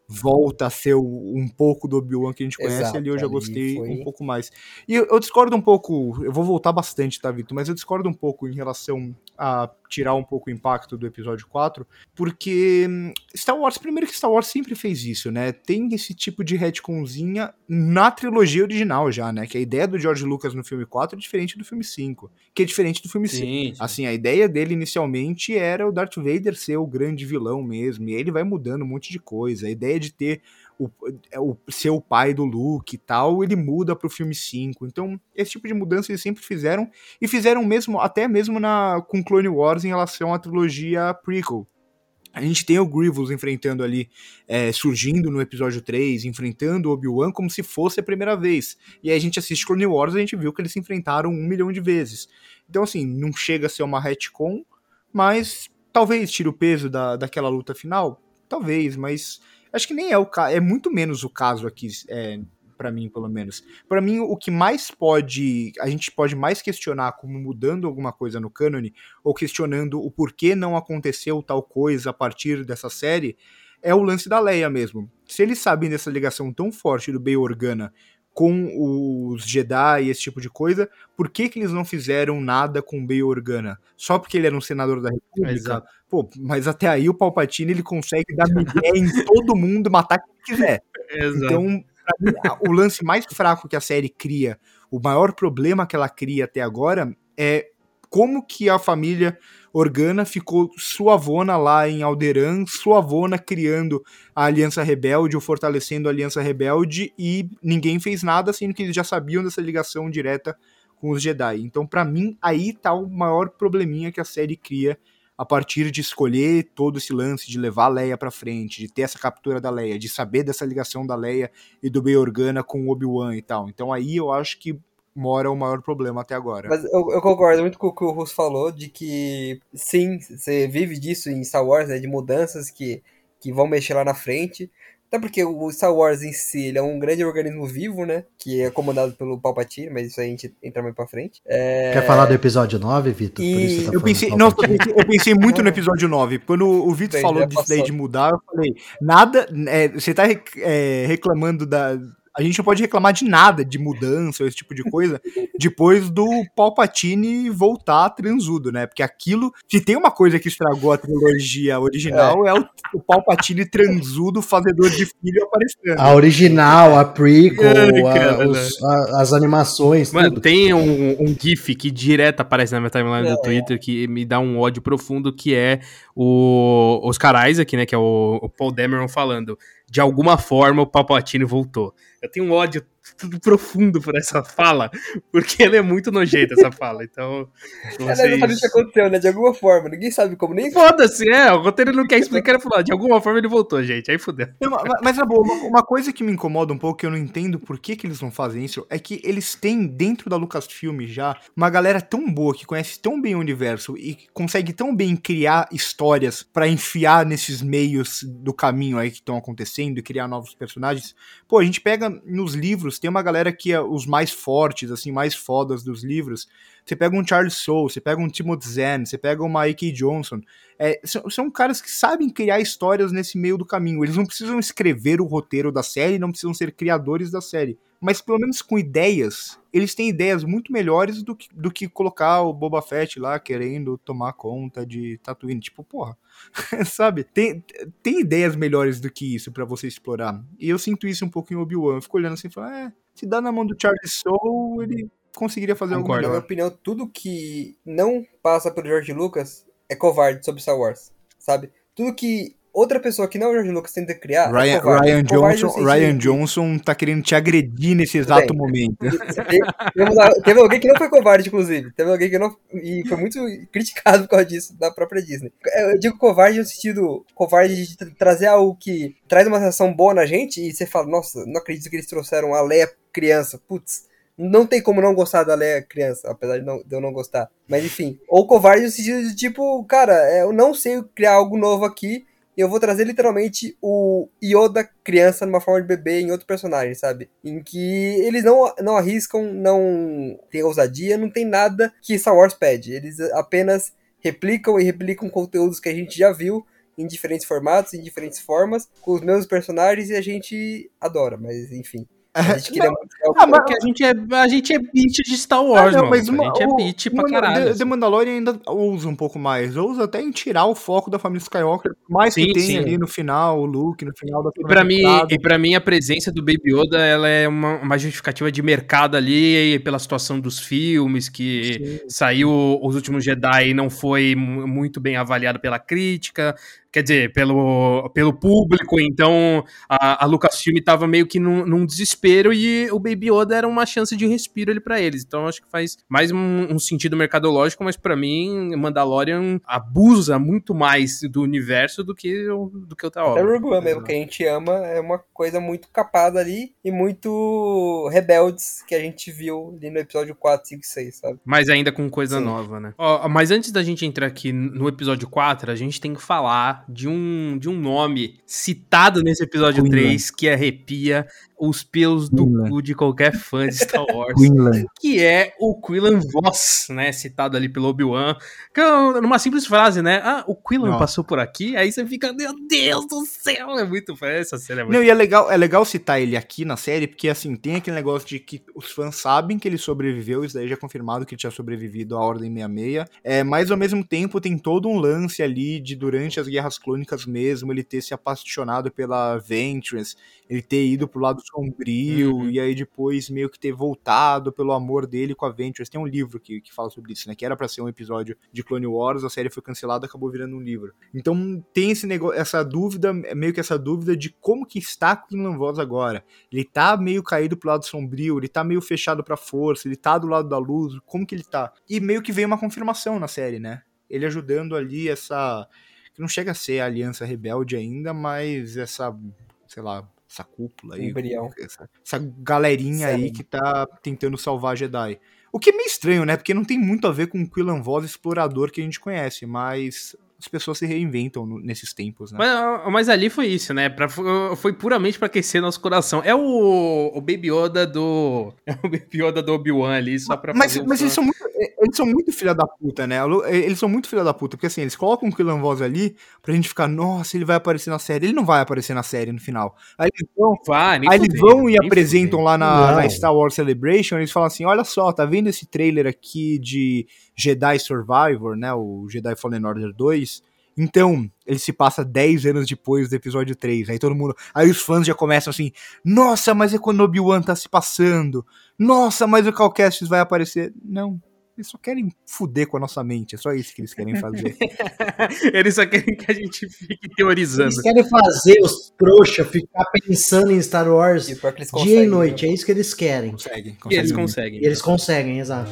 volta a ser o, um pouco do Obi-Wan que a gente conhece, Exato, ali eu já ali gostei foi- um pouco mais. E eu, eu discordo um pouco, eu vou voltar bastante, tá, Vitor? Mas eu discordo um pouco em relação a tirar um pouco o impacto do episódio quatro, porque hum, Star Wars, primeiro que Star Wars sempre fez isso, né? Tem esse tipo de retconzinha na trilogia original já, né? Que a ideia do George Lucas no filme quatro é diferente do filme cinco, que é diferente do filme cinco. Sim, sim. Assim, a ideia dele inicialmente era o Darth Vader ser o grande vilão mesmo, e aí ele vai mudando um monte de coisa. A ideia de ter o, o ser o pai do Luke e tal, ele muda pro filme cinco. Então, esse tipo de mudança eles sempre fizeram, e fizeram mesmo, até mesmo na, com Clone Wars em relação à trilogia prequel. A gente tem o Grievous enfrentando ali, é, surgindo no episódio três, enfrentando o Obi-Wan como se fosse a primeira vez. E aí a gente assiste Clone Wars e a gente viu que eles se enfrentaram um milhão de vezes. Então, assim, não chega a ser uma retcon, mas talvez tire o peso da, daquela luta final. Talvez, mas acho que nem é o caso. É muito menos o caso aqui, é, para mim, pelo menos. Para mim, o que mais pode. A gente pode mais questionar como mudando alguma coisa no cânone, ou questionando o porquê não aconteceu tal coisa a partir dessa série, é o lance da Leia mesmo. Se eles sabem dessa ligação tão forte do Bail Organa com os Jedi e esse tipo de coisa, por que que eles não fizeram nada com o Bail Organa? Só porque ele era um senador da República? Exato. Pô, mas até aí o Palpatine ele consegue dar migué em todo mundo, matar quem quiser. Exato. Então, pra mim, o lance mais fraco que a série cria, o maior problema que ela cria até agora, é como que a família Organa ficou suavona lá em Alderaan, suavona criando a Aliança Rebelde ou fortalecendo a Aliança Rebelde, e ninguém fez nada, sendo que eles já sabiam dessa ligação direta com os Jedi. Então, pra mim, aí tá o maior probleminha que a série cria a partir de escolher todo esse lance de levar a Leia pra frente, de ter essa captura da Leia, de saber dessa ligação da Leia e do Bail Organa com o Obi-Wan e tal. Então aí eu acho que mora o maior problema até agora. Mas eu, eu concordo muito com o que o Russo falou, de que sim, você vive disso em Star Wars, né, de mudanças que, que vão mexer lá na frente. Até porque o Star Wars em si, ele é um grande organismo vivo, né, que é comandado pelo Palpatine, mas isso aí a gente entra mais pra frente. É... Quer falar do episódio nove, Vitor? Por E- isso você tá Eu falando pensei, do nossa, eu Palpatine? pensei, eu pensei muito no episódio nove. Quando o Vitor Bem, falou já disso daí passou. de mudar, eu falei, nada, é, você tá rec- é, reclamando da... A gente não pode reclamar de nada, de mudança ou esse tipo de coisa, depois do Palpatine voltar transudo, né? Porque aquilo, se tem uma coisa que estragou a trilogia original, é, o, o Palpatine transudo, fazedor de filho aparecendo. A original, a prequel, Ai, a- cara, os- a- as animações, Mano, tudo. tem um, um GIF que direto aparece na minha timeline É. do Twitter que me dá um ódio profundo, que é o Oscar Isaac, né, que é o, o Paul Dameron falando, de alguma forma o Palpatine voltou. Eu tenho um ódio tudo profundo por essa fala, porque ele é muito nojento, essa fala, então É exatamente isso que aconteceu, né? De alguma forma. Ninguém sabe como, nem Foda-se, é, o roteiro não quer explicar, ele falou, de alguma forma ele voltou, gente, aí fudeu. Não, ma- mas na boa, uma, uma coisa que me incomoda um pouco, que eu não entendo por que, que eles não fazem isso, é que eles têm dentro da Lucasfilm já uma galera tão boa, que conhece tão bem o universo e consegue tão bem criar histórias pra enfiar nesses meios do caminho aí que estão acontecendo e criar novos personagens. Pô, a gente pega nos livros, tem uma galera que é os mais fortes, assim, mais fodas dos livros. Você pega um Charles Soule, você pega um Timothy Zahn, você pega uma A K Johnson. É, são, são caras que sabem criar histórias nesse meio do caminho. Eles não precisam escrever o roteiro da série, não precisam ser criadores da série. Mas pelo menos com ideias, eles têm ideias muito melhores do que, do que colocar o Boba Fett lá querendo tomar conta de Tatooine. Tipo, porra, sabe? Tem, tem ideias melhores do que isso pra você explorar. E eu sinto isso um pouco em Obi-Wan. Eu fico olhando assim e falo, é, se dá na mão do Charles Soule, ele conseguiria fazer algo Concordo. Na minha melhor. opinião, tudo que não passa pelo George Lucas é covarde sobre Star Wars, sabe? Tudo que outra pessoa que não é o George Lucas tenta criar é Ryan, covarde. Ryan Covarde Johnson, no sentido Ryan que- Johnson tá querendo te agredir nesse exato Bem, momento. Teve, teve lá- teve alguém que não foi covarde, inclusive. Teve alguém que não. E foi muito criticado por causa disso, da própria Disney. Eu digo covarde no sentido. Covarde de tra- trazer algo que traz uma sensação boa na gente e você fala, nossa, não acredito que eles trouxeram a Leia criança. Putz, não tem como não gostar da Leia criança, apesar de, não- de eu não gostar. Mas enfim. Ou covarde no sentido de tipo, cara, é, eu não sei criar algo novo aqui. E eu vou trazer literalmente o Yoda criança numa forma de bebê em outro personagem, sabe? Em que eles não, não arriscam, não tem ousadia, não tem nada que Star Wars pede. Eles apenas replicam e replicam conteúdos que a gente já viu em diferentes formatos, em diferentes formas, com os mesmos personagens e a gente adora, mas enfim. A gente queria Não. muito ver o Ah, mas porque a gente é, a gente é beat de Star Wars, Ah, não, mano. mas uma- a gente é o- beat pra Mano- caralho. The, assim. The Mandalorian ainda ousa um pouco mais. Ousa até em tirar o foco da família Skywalker. Por mais Sim, que tenha sim. ali no final o Luke, no final da E pra, mim, temporada. e pra mim, a presença do Baby Yoda, ela é uma, uma justificativa de mercado ali, pela situação dos filmes, que Sim. saiu Os Últimos Jedi e não foi mu- muito bem avaliado pela crítica, quer dizer, pelo, pelo público, então a, a Lucasfilm tava meio que num, num desespero e o Baby Yoda era uma chance de respiro ali pra eles, então acho que faz mais um, um sentido mercadológico, mas pra mim, Mandalorian abusa muito mais do universo do que, o- do que outra Até obra. Rogue One mesmo, que a gente ama, é uma coisa muito capada ali e muito rebeldes que a gente viu ali no episódio quatro, cinco e seis, sabe? Mas ainda com coisa Sim. nova, né? Ó, mas antes da gente entrar aqui no episódio quatro, a gente tem que falar de um, de um nome citado nesse episódio Quinlan. três que arrepia os pelos do Quinlan. cu de qualquer fã de Star Wars. Quinlan. Que é o Quinlan Voss, né? Citado ali pelo Obi-Wan. Que é numa simples frase, né? Ah, o Quinlan Nossa. passou por aqui. Aí você fica, meu Deus do céu! É muito. Essa cena é muito. Não, e é legal, é legal citar ele aqui na série, porque assim, tem aquele negócio de que os fãs sabem que ele sobreviveu, isso daí já é confirmado que ele tinha sobrevivido à Ordem sessenta e seis, é, mas ao mesmo tempo tem todo um lance ali de durante as Guerras Clônicas mesmo, ele ter se apaixonado pela Ventress, ele ter ido pro lado sombrio, Uhum. e aí depois meio que ter voltado pelo amor dele com a Ventress. Tem um livro que, que fala sobre isso, né, que era pra ser um episódio de Clone Wars, a série foi cancelada, acabou virando um livro. Então tem esse negócio, essa dúvida, meio que essa dúvida de como que está Quinlan Voss agora. Ele tá meio caído pro lado sombrio, ele tá meio fechado pra força, ele tá do lado da luz, como que ele tá? E meio que veio uma confirmação na série, né? Ele ajudando ali essa... que não chega a ser a Aliança Rebelde ainda, mas essa, sei lá, essa cúpula aí, Embrião. essa, essa galerinha Sério. aí que tá tentando salvar Jedi. O que é meio estranho, né? Porque não tem muito a ver com o Quinlan Voss explorador que a gente conhece, mas as pessoas se reinventam no- nesses tempos, né? Mas, mas ali foi isso, né? Pra, foi puramente pra aquecer nosso coração. É o, o Baby Yoda do. É o Baby Yoda do Obi-Wan ali, só pra Mas, fazer o mas fã. eles são muito, eles são muito filha da puta, né? Eles são muito filha da puta, porque assim, eles colocam o Quinlan Voss ali pra gente ficar, nossa, ele vai aparecer na série. Ele não vai aparecer na série no final. Aí eles vão, Vai, nem aí eles fudendo, vão e nem apresentam fudendo. lá na, Não. na Star Wars Celebration, eles falam assim, olha só, tá vendo esse trailer aqui de Jedi Survivor, né? O Jedi Fallen Order dois? Então, ele se passa dez anos depois do episódio três. Aí todo mundo. Aí os fãs já começam assim: nossa, mas é quando o Obi-Wan tá se passando. Nossa, mas o Cal Kestis vai aparecer. Não. Eles só querem fuder com a nossa mente. É só isso que eles querem fazer. Eles só querem que a gente fique teorizando. Eles querem fazer os trouxa ficar pensando em Star Wars E pior que eles dia e conseguem, noite. né? É isso que eles querem. Conseguem, E eles conseguem. conseguem. E eles conseguem, exato.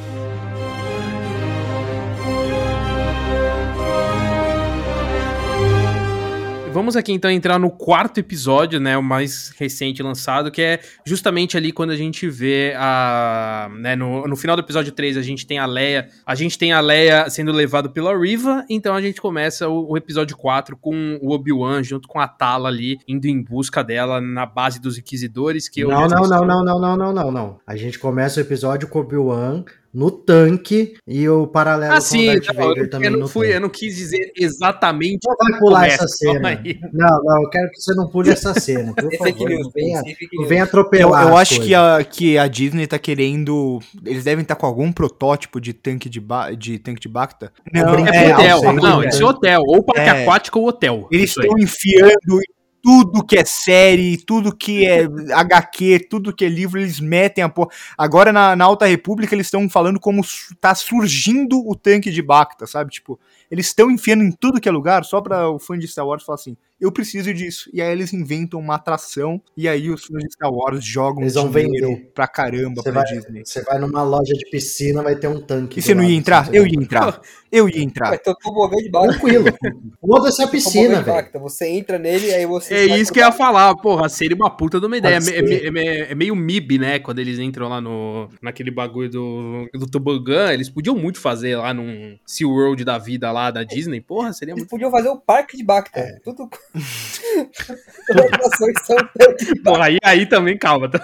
Vamos aqui então entrar no quarto episódio, né, o mais recente lançado, que é justamente ali quando a gente vê a, né, no, no final do episódio três a gente tem a Leia, a gente tem a Leia sendo levada pela Riva, então a gente começa o, o episódio quatro com o Obi-Wan junto com a Tala ali, indo em busca dela na base dos Inquisidores, que eu Não, já não, assisti. não, não, não, não, não, não, não. A gente começa o episódio com o Obi-Wan no tanque e o paralelo Ah, com sim, o Darth não, Vader eu, também eu não no fui, tanque. eu não quis dizer exatamente. Não vai pular Começa, essa cena. calma aí. Não, não, eu quero que você não pule essa cena, por É favor. fake news, Não venha, bem, fake não news. venha Eu, atropelar eu as acho coisas. que a, que a Disney tá querendo. Eles devem estar com algum protótipo de tanque de, ba, de tanque de Bacta. Não, É, É, pro hotel, sei, não, né? isso é hotel, ou parque É. aquático ou hotel. Eles Isso aí. estão enfiando tudo que é série, tudo que é H Q, tudo que é livro, eles metem a porra. Agora na, na Alta República eles estão falando como su- tá surgindo o tanque de Bacta, sabe? Tipo, eles estão enfiando em tudo que é lugar só pra o fã de Star Wars falar assim, eu preciso disso. E aí eles inventam uma atração e aí os fãs de Star Wars jogam Eles vão dinheiro vender. pra caramba Você pra vai, Disney. você vai numa loja de piscina, vai ter um tanque. E você do não ia lado, entrar? assim, Eu você ia vai- entrar. Eu ia entrar. Vai ter um tobogã de Bacta. Tranquilo. Foda-se a piscina, Tobogã de velho. Bacta. Você entra nele, aí você... É vai isso pro que eu ia Bacta. falar, porra, seria uma puta de uma ideia. É, Pode me- ser. é me- é meio M I B, né? Quando eles entram lá no, naquele bagulho do, do tobogã, eles podiam muito fazer lá num SeaWorld da vida lá da Disney. Porra, seria Eles muito. podiam fazer o parque de Bacta. É. Tudo... Todas as ações são tanque de Bacta. Porra, aí, aí também, calma. Tá?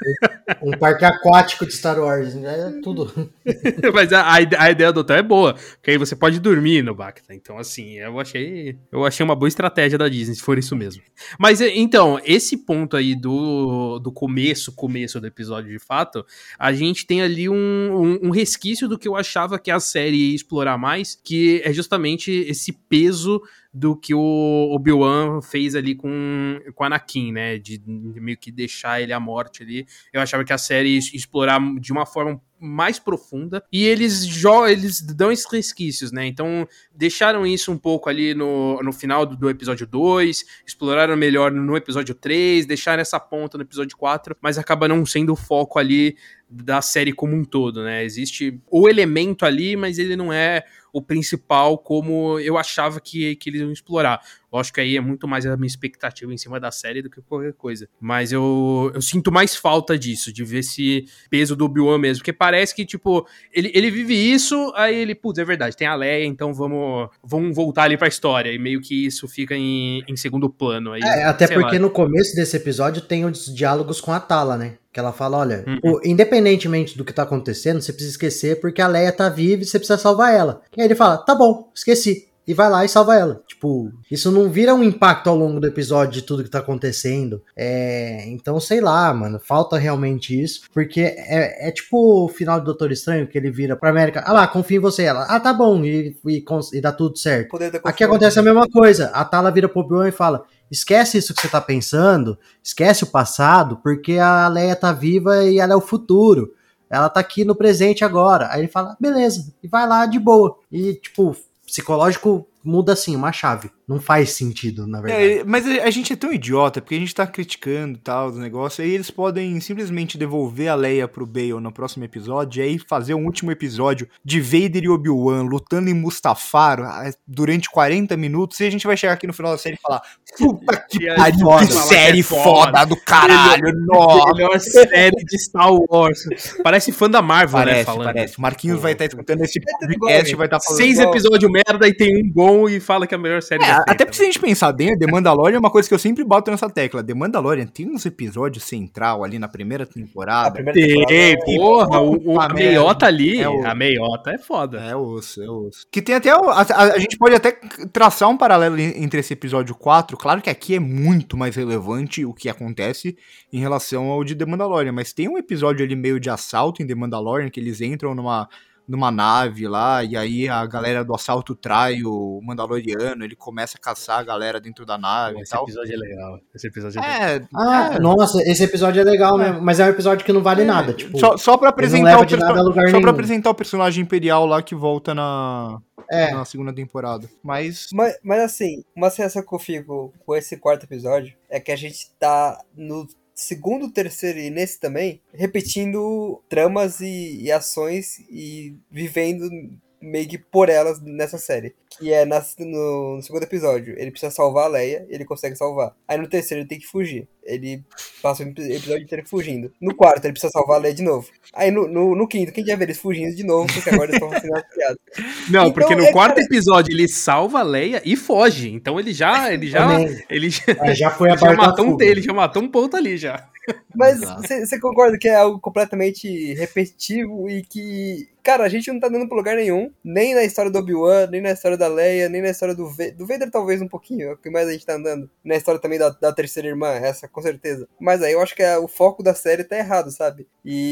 Um parque aquático de Star Wars, é tudo. Mas a, a ide- a ideia do hotel é boa, porque aí você pode dormir no Bacta. Então, assim, eu achei, eu achei uma boa estratégia da Disney, se for isso mesmo. Mas, e- então, esse ponto aí do, do começo, começo do episódio, de fato, a gente tem ali um, um, um resquício do que eu achava que a série ia explorar mais, que é justamente esse peso do que o Obi-Wan fez ali com, com Anakin, né? De, de meio que deixar ele à morte ali. Eu achava que a série ia explorar de uma forma mais profunda, e eles jo- eles dão esses resquícios, né? Então, deixaram isso um pouco ali no, no final do, do episódio dois, exploraram melhor no episódio três, deixaram essa ponta no episódio quatro, mas acaba não sendo o foco ali da série como um todo, né? Existe o elemento ali, mas ele não é o principal como eu achava que, que eles iam explorar. Lógico que aí é muito mais a minha expectativa em cima da série do que qualquer coisa. Mas eu, eu sinto mais falta disso, de ver esse peso do Obi-Wan mesmo. Porque parece que, tipo, ele, ele vive isso, aí ele, putz, é verdade, tem a Leia, então vamos, vamos voltar ali pra história. E meio que isso fica em, em segundo plano. Aí, É, até sei porque lá. no começo desse episódio tem os diálogos com a Tala, né? Que ela fala, olha, Uhum. o- independentemente do que tá acontecendo, você precisa esquecer porque a Leia tá viva e você precisa salvar ela. E aí ele fala, tá bom, esqueci. E vai lá e salva ela. Tipo, isso não vira um impacto ao longo do episódio de tudo que tá acontecendo. É, então, sei lá, mano, falta realmente isso. Porque é, é tipo o final do Doutor Estranho, que ele vira pra América, ah lá, confio em você. Ela, ah, tá bom, e, e, cons- e dá tudo certo. Poder da Aqui confiança. acontece a mesma coisa. A Tala vira pro Obi-Wan e fala, esquece isso que você tá pensando, esquece o passado, porque a Leia tá viva e ela é o futuro. Ela tá aqui no presente agora. Aí ele fala, beleza, e vai lá de boa. E, tipo, psicológico muda assim, uma chave. Não faz sentido, na verdade. É, mas a a gente é tão idiota, porque a gente tá criticando tal, os negócios, aí eles podem simplesmente devolver a Leia pro Bale no próximo episódio, e aí fazer um último episódio de Vader e Obi-Wan lutando em Mustafar ah, durante quarenta minutos, e a gente vai chegar aqui no final da série e falar, puta que E aí, pariu, foda, que falar série que é foda, foda. do caralho, nossa. Melhor série de Star Wars. Parece fã da Marvel, né? Parece, Falando. parece. Marquinhos Pô, vai estar escutando esse tudo igual, podcast e gente. vai estar falando. Seis igual. episódios merda e tem um bom e fala que é a melhor série É, já até feita. porque se a gente pensar bem, a The Mandalorian é uma coisa que eu sempre bato nessa tecla. The Mandalorian tem uns episódios central ali na primeira A temporada. primeira Tem, temporada, porra, o, o- Puta a merda. meiota ali, É o- a meiota é foda. É osso, é osso. Que tem até. o- A, a- a gente pode até traçar um paralelo en- entre esse episódio quatro. Claro que aqui é muito mais relevante o que acontece em relação ao de The Mandalorian. Mas tem um episódio ali meio de assalto em The Mandalorian, que eles entram numa. numa nave lá, e aí a galera do assalto trai o Mandaloriano, ele começa a caçar a galera dentro da nave e Esse tal. episódio é legal. Esse episódio é legal. É, Ah, é. nossa, esse episódio é legal mesmo, mas é um episódio que não vale nada, tipo, só, só pra ele não apresentar leva o de perso- nada a lugar só pra nenhum. apresentar o personagem imperial lá que volta na, é, na segunda temporada. Mas Mas, mas assim, uma sensação que eu fico com esse quarto episódio é que a gente tá no segundo, terceiro e nesse também, repetindo tramas e, e ações e vivendo meio que por elas nessa série. Que é na- no, no segundo episódio, ele precisa salvar a Leia, ele consegue salvar. Aí no terceiro ele tem que fugir. Ele passa o episódio inteiro fugindo. No quarto ele precisa salvar a Leia de novo. Aí no, no, no quinto, quem já vê eles fugindo de novo, porque agora eles estão sendo criados. Não, Então, porque no é, quarto cara- episódio ele salva a Leia e foge. Então ele já. Ele já. Também. Ele já, é, já foi a ele já parte da matou um fuga. ele já matou um ponto ali já. Mas Exato. você concorda que é algo completamente repetitivo e que, cara, a gente não tá dando pra lugar nenhum, nem na história do Obi-Wan, nem na história da Leia, nem na história do Vader, do Vader talvez um pouquinho, é o que mais a gente tá andando, na história também da, da terceira irmã, essa com certeza. Mas aí eu acho que é, o foco da série tá errado, sabe?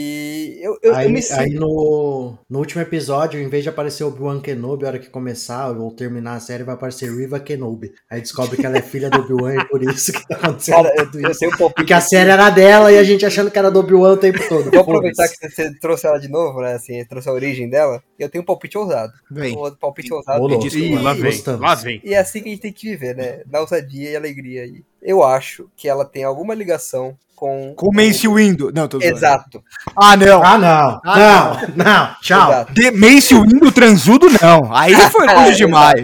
E eu, eu, Aí, eu me aí sinto... no, no último episódio, em vez de aparecer Obi-Wan Kenobi, a hora que começar ou terminar a série, vai aparecer Riva Kenobi. Aí descobre que ela é filha do Obi-Wan e por isso que tá acontecendo Cara, eu, tudo eu isso. tenho um palpite. Porque a série era dela e a gente achando que era do Obi-Wan o tempo todo. Vou aproveitar Foda-se. que você trouxe ela de novo, né? Assim, trouxe a origem dela. Eu tenho um palpite ousado. Vem. Um outro palpite ousado. Ô, louco. Desculpa, Ih, lá vem. Gostamos. Lá vem. E é assim que a gente tem que viver, né? Na ousadia e alegria aí. Eu acho que ela tem alguma ligação com. Com o Mace Windu. Não, tô zoando. Exato. Ah, não. Ah, não. Ah, não, não. Tchau. Exato. De Mace Windu transudo, não. Aí foi longe demais.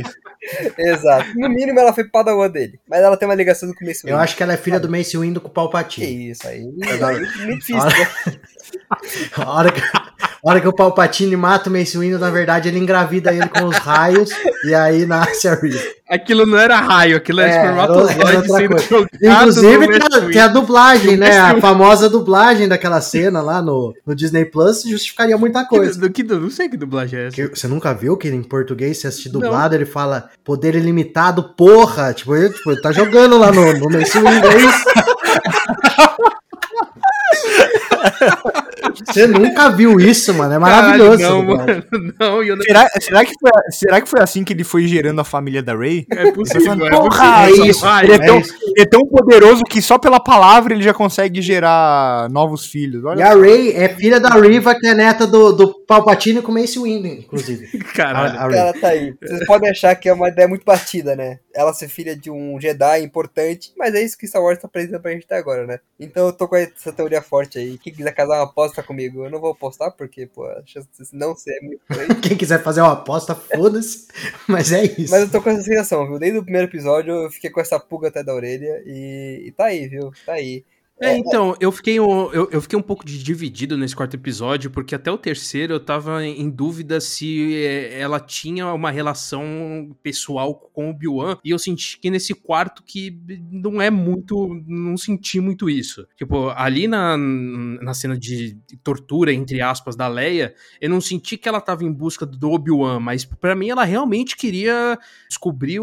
Exato. No mínimo ela foi padawan dele. Mas ela tem uma ligação com o Mace Eu Windu. acho que ela é filha do Mace Windu com o Que Palpatine. isso aí. Eu não- aí é muito difícil, Olha- né? A hora que, a A hora que o Palpatine mata o Mace Windu, na verdade, ele engravida ele com os raios e aí nasce a Rey. Aquilo não era raio, aquilo era É, espermatozoide sendo jogado Inclusive, no tem a, Mace tem a dublagem, Windu. né? A famosa dublagem daquela cena lá no, no Disney Plus justificaria muita coisa. Do que, do, não sei que dublagem é essa. Que- você nunca viu que em português, se assistir dublado, ele fala poder ilimitado, porra. Tipo, ele, tipo, ele tá jogando lá no, no Mace Windu, é isso? Você nunca viu isso, mano. É maravilhoso. Caralho, não, cara. mano. Não, e eu não... Será, será, que foi, será que foi assim que ele foi gerando a família da Rey? É possível, é Porra, possível. é isso. Vai, Ele é, é tão, isso. ele é tão poderoso que só pela palavra ele já consegue gerar novos filhos. Olha E a Rey é filha da Riva, que é neta do, do Palpatine com o Mace Windu, inclusive. Caralho. A- a O Rey. cara tá aí. Vocês podem achar que é uma ideia muito batida, né? Ela ser filha de um Jedi importante, mas é isso que Star Wars tá apresentando pra gente até agora, né? Então eu tô com essa teoria forte aí. Quem quiser casar uma aposta comigo, eu não vou apostar, porque, pô, a chance de não ser é muito grande. Quem quiser fazer uma aposta, foda-se. Mas é isso. Mas eu tô com essa sensação, viu? Desde o primeiro episódio eu fiquei com essa pulga até da orelha e, e tá aí, viu? Tá aí. É, então, eu fiquei, um, eu, eu fiquei um pouco de dividido nesse quarto episódio, porque até o terceiro eu tava em dúvida se é, ela tinha uma relação pessoal com o Obi-Wan, e eu senti que nesse quarto que não é muito, não senti muito isso. Tipo, ali na, na cena de tortura, entre aspas, da Leia, eu não senti que ela tava em busca do Obi-Wan, mas pra mim ela realmente queria descobrir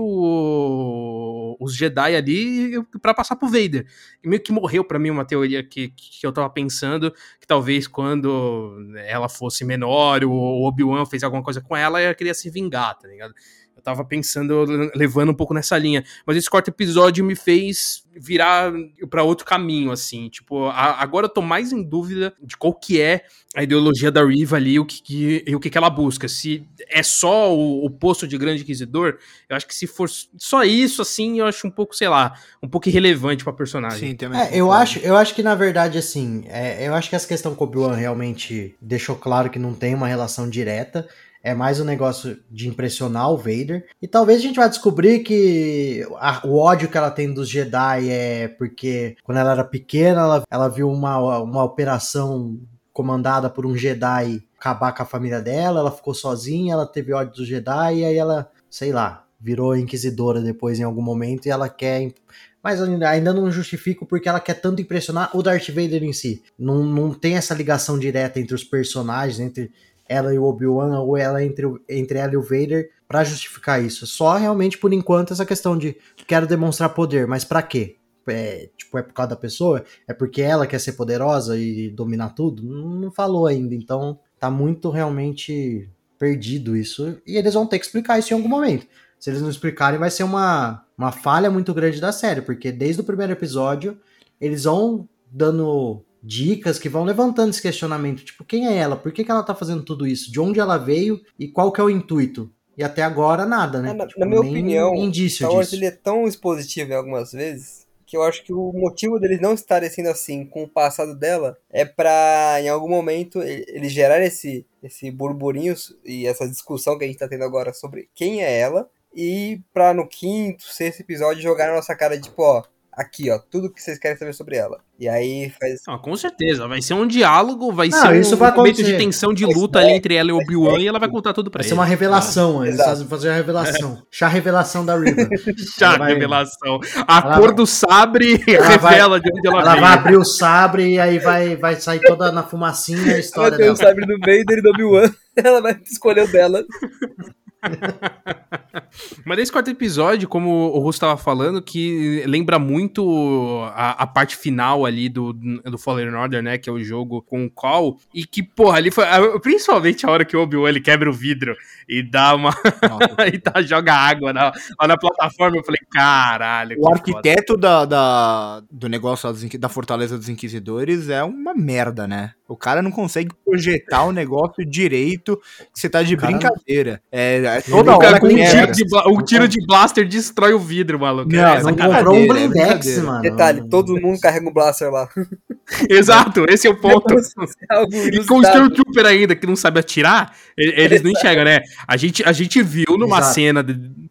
o, os Jedi ali pra passar pro Vader. E meio que morreu pra mim uma teoria que, que eu tava pensando, que talvez quando ela fosse menor, o Obi-Wan fez alguma coisa com ela, ela queria se vingar, tá ligado? Eu tava pensando, levando um pouco nessa linha. Mas esse quarto episódio me fez virar pra outro caminho, assim. Tipo, a, agora eu tô mais em dúvida de qual que é a ideologia da Riva ali, o que, que, e o que, que ela busca. Se é só o, o posto de grande inquisidor, eu acho que se for só isso, assim, eu acho um pouco, sei lá, um pouco irrelevante pra personagem. Sim, também. É, eu acho, eu acho que na verdade, assim, é, eu acho que essa questão com o Obi-Wan realmente deixou claro que não tem uma relação direta. É mais um negócio de impressionar o Vader. E talvez a gente vá descobrir que a, o ódio que ela tem dos Jedi é porque quando ela era pequena, ela, ela viu uma, uma operação comandada por um Jedi acabar com a família dela, ela ficou sozinha, ela teve ódio dos Jedi, e aí ela, sei lá, virou inquisidora depois em algum momento, e ela quer... Mas ainda não justifico porque ela quer tanto impressionar o Darth Vader em si. Não, não tem essa ligação direta entre os personagens, entre ela e o Obi-Wan, ou ela entre, entre ela e o Vader, pra justificar isso. Só realmente, por enquanto, essa questão de quero demonstrar poder, mas pra quê? É, tipo, é por causa da pessoa? É porque ela quer ser poderosa e dominar tudo? Não, não falou ainda, então tá muito realmente perdido isso. E eles vão ter que explicar isso em algum momento. Se eles não explicarem, vai ser uma, uma falha muito grande da série, porque desde o primeiro episódio, eles vão dando dicas que vão levantando esse questionamento, tipo, quem é ela? Por que, que ela tá fazendo tudo isso? De onde ela veio? E qual que é o intuito? E até agora, nada, né? É, na, tipo, na minha nem opinião, indício Star Wars disso. ele é tão expositivo em algumas vezes que eu acho que o motivo deles não estarem sendo assim com o passado dela é pra, em algum momento, eles gerarem esse, esse burburinho e essa discussão que a gente tá tendo agora sobre quem é ela, e pra no quinto, sexto episódio jogar na nossa cara, tipo, ó, aqui, ó, tudo que vocês querem saber sobre ela. E aí faz... Ah, com certeza, vai ser um diálogo, vai Não, ser isso um vai momento de acontecer. tensão de Mas luta é, ali entre ela e o Obi-Wan, é, e ela vai contar tudo pra Vai ele. ser uma revelação, eles exato. fazem fazer a revelação. Chá revelação da Riva. Já, Ela vai- revelação. A ela cor vai- do sabre Ela vai- revela de onde ela, Ela veio. vai abrir o sabre e aí vai, vai sair toda na fumacinha a Ela história tem o dela. sabre do Vader e do Obi-Wan. Ela vai escolher o dela. Mas nesse quarto episódio, como o Russo tava falando, que lembra muito a, a parte final ali do, do Fallen Order, né? Que é o jogo com o Call. E que, porra, ali foi... Principalmente a hora que o Obi-Wan, ele quebra o vidro e dá uma... e tá, joga água na, lá na plataforma. Eu falei, caralho, O que arquiteto da, da, do negócio das inqui- da Fortaleza dos Inquisidores é uma merda, né? O cara não consegue projetar o negócio direito, que você tá de cara não- brincadeira. É, é foda. toda O cara hora com um que tiro, quebra. de, bla- um tiro de blaster destrói o vidro, maluco. Não, É, não Não sacanagem. comprou um brincadeira, é blindex, brincadeira. mano. Detalhe, todo mundo carrega um blaster lá. Exato, esse é o ponto. É algo E com o inusitado. Stormtrooper ainda, que não sabe atirar, e- eles não enxergam, né? A gente, a gente viu numa Exato. cena de-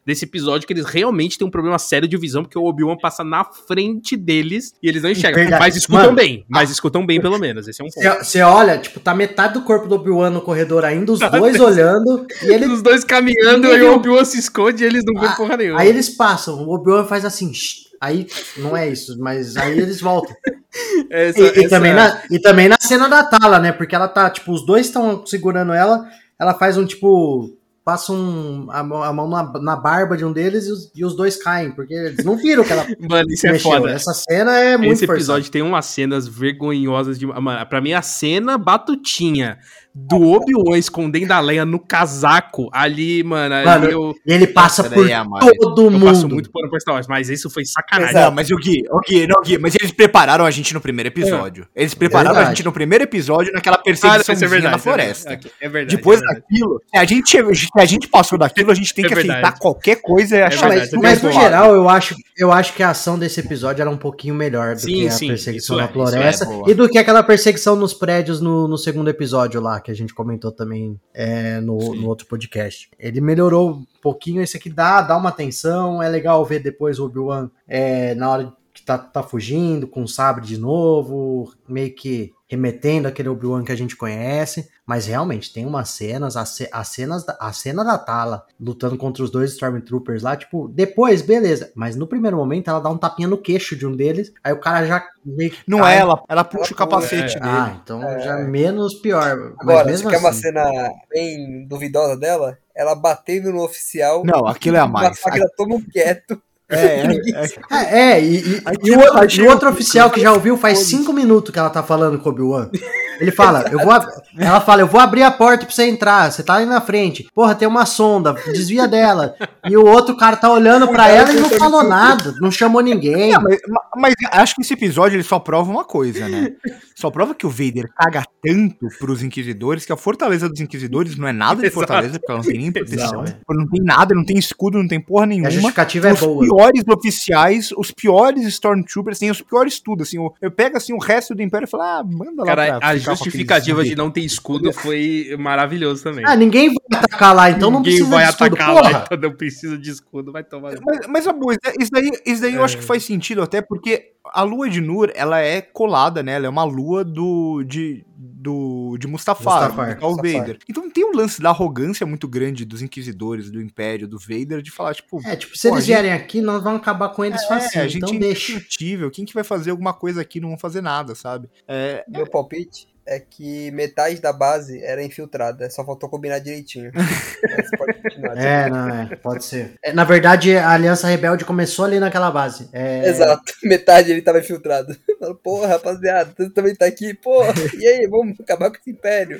desse episódio que eles realmente têm um problema sério de visão, porque o Obi-Wan passa na frente deles e eles não enxergam. Verdade. Mas escutam Mano, bem, mas escutam bem pelo menos, esse é um ponto. Você olha, tipo, tá metade do corpo do Obi-Wan no corredor ainda, os dois olhando, e ele... Os dois caminhando, Ninguém aí viu. o Obi-Wan se esconde e eles não veem porra nenhuma. Aí eles passam, o Obi-Wan faz assim, shh, aí não é isso, mas aí eles voltam. Essa- E, e essa- também na, e também na cena da Tala, né? Porque ela tá, tipo, os dois estão segurando ela, ela faz um tipo. Passa um, a, mão- a mão na, na barba de um deles e os, e os dois caem, porque eles não viram que ela Mano, isso é mexeu. foda. Essa cena é muito Esse forçada. episódio tem umas cenas vergonhosas de. Mano, pra mim, a cena batutinha do Obi-Wan escondendo a Leia no casaco ali, mano. Ali Mano, eu, E ele passa Essa por daí é a mais. todo eu passo mundo. muito pano pra Star Wars, mas isso foi sacanagem. Não, mas o Gui, o Gui, não, Gui, mas eles prepararam a gente no primeiro episódio. Eles prepararam a Verdade. gente no primeiro episódio naquela Ah, perseguição isso é verdade, na é floresta. verdade. É verdade. Depois é verdade. daquilo, se a, gente, se a gente passou daquilo, a gente tem É que verdade. aceitar qualquer coisa e achar verdade, que você Mas tem no razão. geral, eu acho, eu acho que a ação desse episódio era um pouquinho melhor do Sim, que a sim, perseguição isso na é, isso é, floresta boa. e do que aquela perseguição nos prédios no, no segundo episódio lá, que a gente comentou também é, no, no outro podcast. Ele melhorou um pouquinho, esse aqui dá, dá uma atenção, é legal ver depois o Obi-Wan é, na hora que tá, tá fugindo, com o sabre de novo, meio que remetendo aquele Obi-Wan que a gente conhece, mas realmente tem umas cenas, as, ce- as cenas da, a cena da Tala lutando contra os dois Stormtroopers lá, tipo, depois, beleza, mas no primeiro momento ela dá um tapinha no queixo de um deles, aí o cara já meio que Não cai. é ela, ela puxa o capacete É. dele. Ah, então já menos pior, mas Agora, mesmo você quer uma assim. cena bem duvidosa dela? Ela batendo no oficial. Não, aquilo é a mais. Uma faca todo mundo quieto. É, é, Ninguém é. É, é, e, e- e Aquilo o, outro, eu e achei o outro um- oficial que já ouviu faz cinco minutos que ela tá falando com o Obi-Wan. Ele fala, eu vou ab- ela fala, eu vou abrir a porta pra você entrar, você tá ali na frente. Porra, tem uma sonda, desvia dela. E o outro cara tá olhando pra ela e não falou nada, não chamou ninguém. Não, mas, mas acho que esse episódio ele só prova uma coisa, né? Só prova que o Vader caga tanto pros Inquisidores que a fortaleza dos Inquisidores não é nada de Exato. fortaleza, porque ela não tem nem proteção. Não, é. Não tem nada, não tem escudo, não tem porra A nenhuma. justificativa é Os boa. piores oficiais, os piores Stormtroopers, tem os piores tudo, assim. Eu, eu pego, assim, o resto do Império e falo, ah, manda lá Cara, pra a ficar com justificativa aqueles de não ter escudo foi maravilhoso também. Ah, ninguém vai atacar lá, então não Ninguém precisa vai de escudo, atacar porra. lá, então não precisa de escudo, vai tomar. Mas, mas amor, isso daí, isso daí eu acho que faz sentido até porque a lua de Nur, ela é colada, né? Ela é uma lua do de, do, de Mustafar, Mustafar, do Darth Mustafar. Vader. Então tem um lance da arrogância muito grande dos inquisidores, do Império, do Vader, de falar, tipo... É, tipo, se pô, eles a gente- vierem aqui, nós vamos acabar com eles É, facinho, a gente então é deixa. indestrutível. Quem que vai fazer alguma coisa aqui? Não vão fazer nada, sabe? É, Meu palpite é que metade da base era infiltrada, só faltou combinar direitinho. Mas pode continuar. É, não, é, pode ser. É, na verdade, a Aliança Rebelde começou ali naquela base. É, Exato, metade ele tava infiltrado. Falo, porra, rapaziada, você também tá aqui, porra, e aí, vamos acabar com esse império.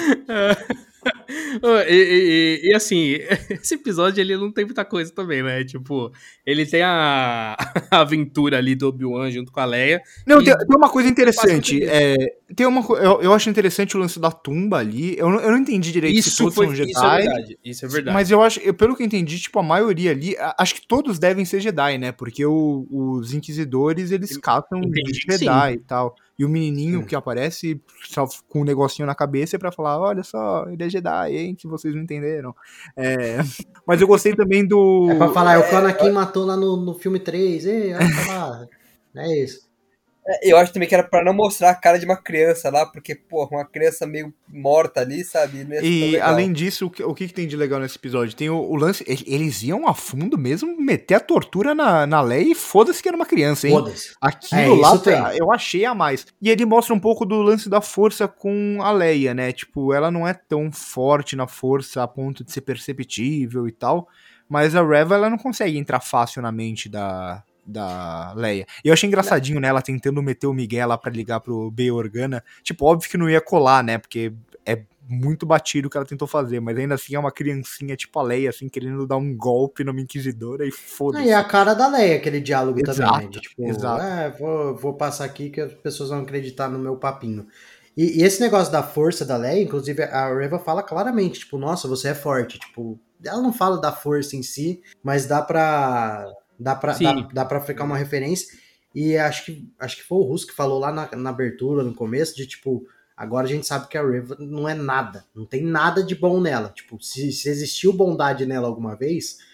Oh, e, e- e- e, assim, esse episódio ele não tem muita coisa também, né? Tipo, ele tem a, a aventura ali do Obi-Wan junto com a Leia. Não, E- tem, tem uma coisa interessante. Bastante É, tem uma, co- eu, eu acho interessante o lance da tumba ali. Eu, não- eu não entendi direito se Isso, todos foi, são Jedi. isso é verdade. Isso é verdade. Mas eu acho, eu, pelo que eu entendi, tipo, a maioria ali, a- acho que todos devem ser Jedi, né? Porque o- os inquisidores, eles caçam entendi que Jedi e tal. E o menininho Sim. que aparece só com um negocinho na cabeça é pra falar, olha só, ele é Jedi, hein? Se vocês não entenderam. É, mas eu gostei também do... É pra falar, é o que o Anakin matou lá no, no filme três. Ei, olha pra lá. É isso. É, eu acho também que era pra não mostrar a cara de uma criança lá, porque, porra, uma criança meio morta ali, sabe? Não ia ser tão E legal. além disso, o que, o que que tem de legal nesse episódio? Tem o, o lance, ele- eles iam a fundo mesmo, meter a tortura na, na Leia e foda-se que era uma criança, hein? Foda-se. Aquilo É, lá isso tem. eu achei a mais. E ele mostra um pouco do lance da força com a Leia, né? Tipo, ela não é tão forte na força a ponto de ser perceptível e tal, mas a Reva, ela não consegue entrar fácil na mente da, da Leia. E eu achei engraçadinho, né? Ela tentando meter o Miguel lá pra ligar pro Bail Organa. Tipo, óbvio que não ia colar, né? Porque é muito batido o que ela tentou fazer, mas ainda assim é uma criancinha tipo a Leia, assim, querendo dar um golpe numa inquisidora e Ah, foda-se. e a cara da Leia, aquele diálogo Exato, também, né? De, tipo, exato. é, vou, vou passar aqui que as pessoas vão acreditar no meu papinho. E, e esse negócio da força da Leia, inclusive a Reva fala claramente, tipo, nossa, você é forte. Tipo, ela não fala da força em si, mas dá pra, dá pra, Sim. dá, dá pra ficar uma referência. E acho que, acho que foi o Russo que falou lá na, na abertura, no começo, de tipo, agora a gente sabe que a Reva não é nada, não tem nada de bom nela. Tipo, se, se existiu bondade nela alguma vez,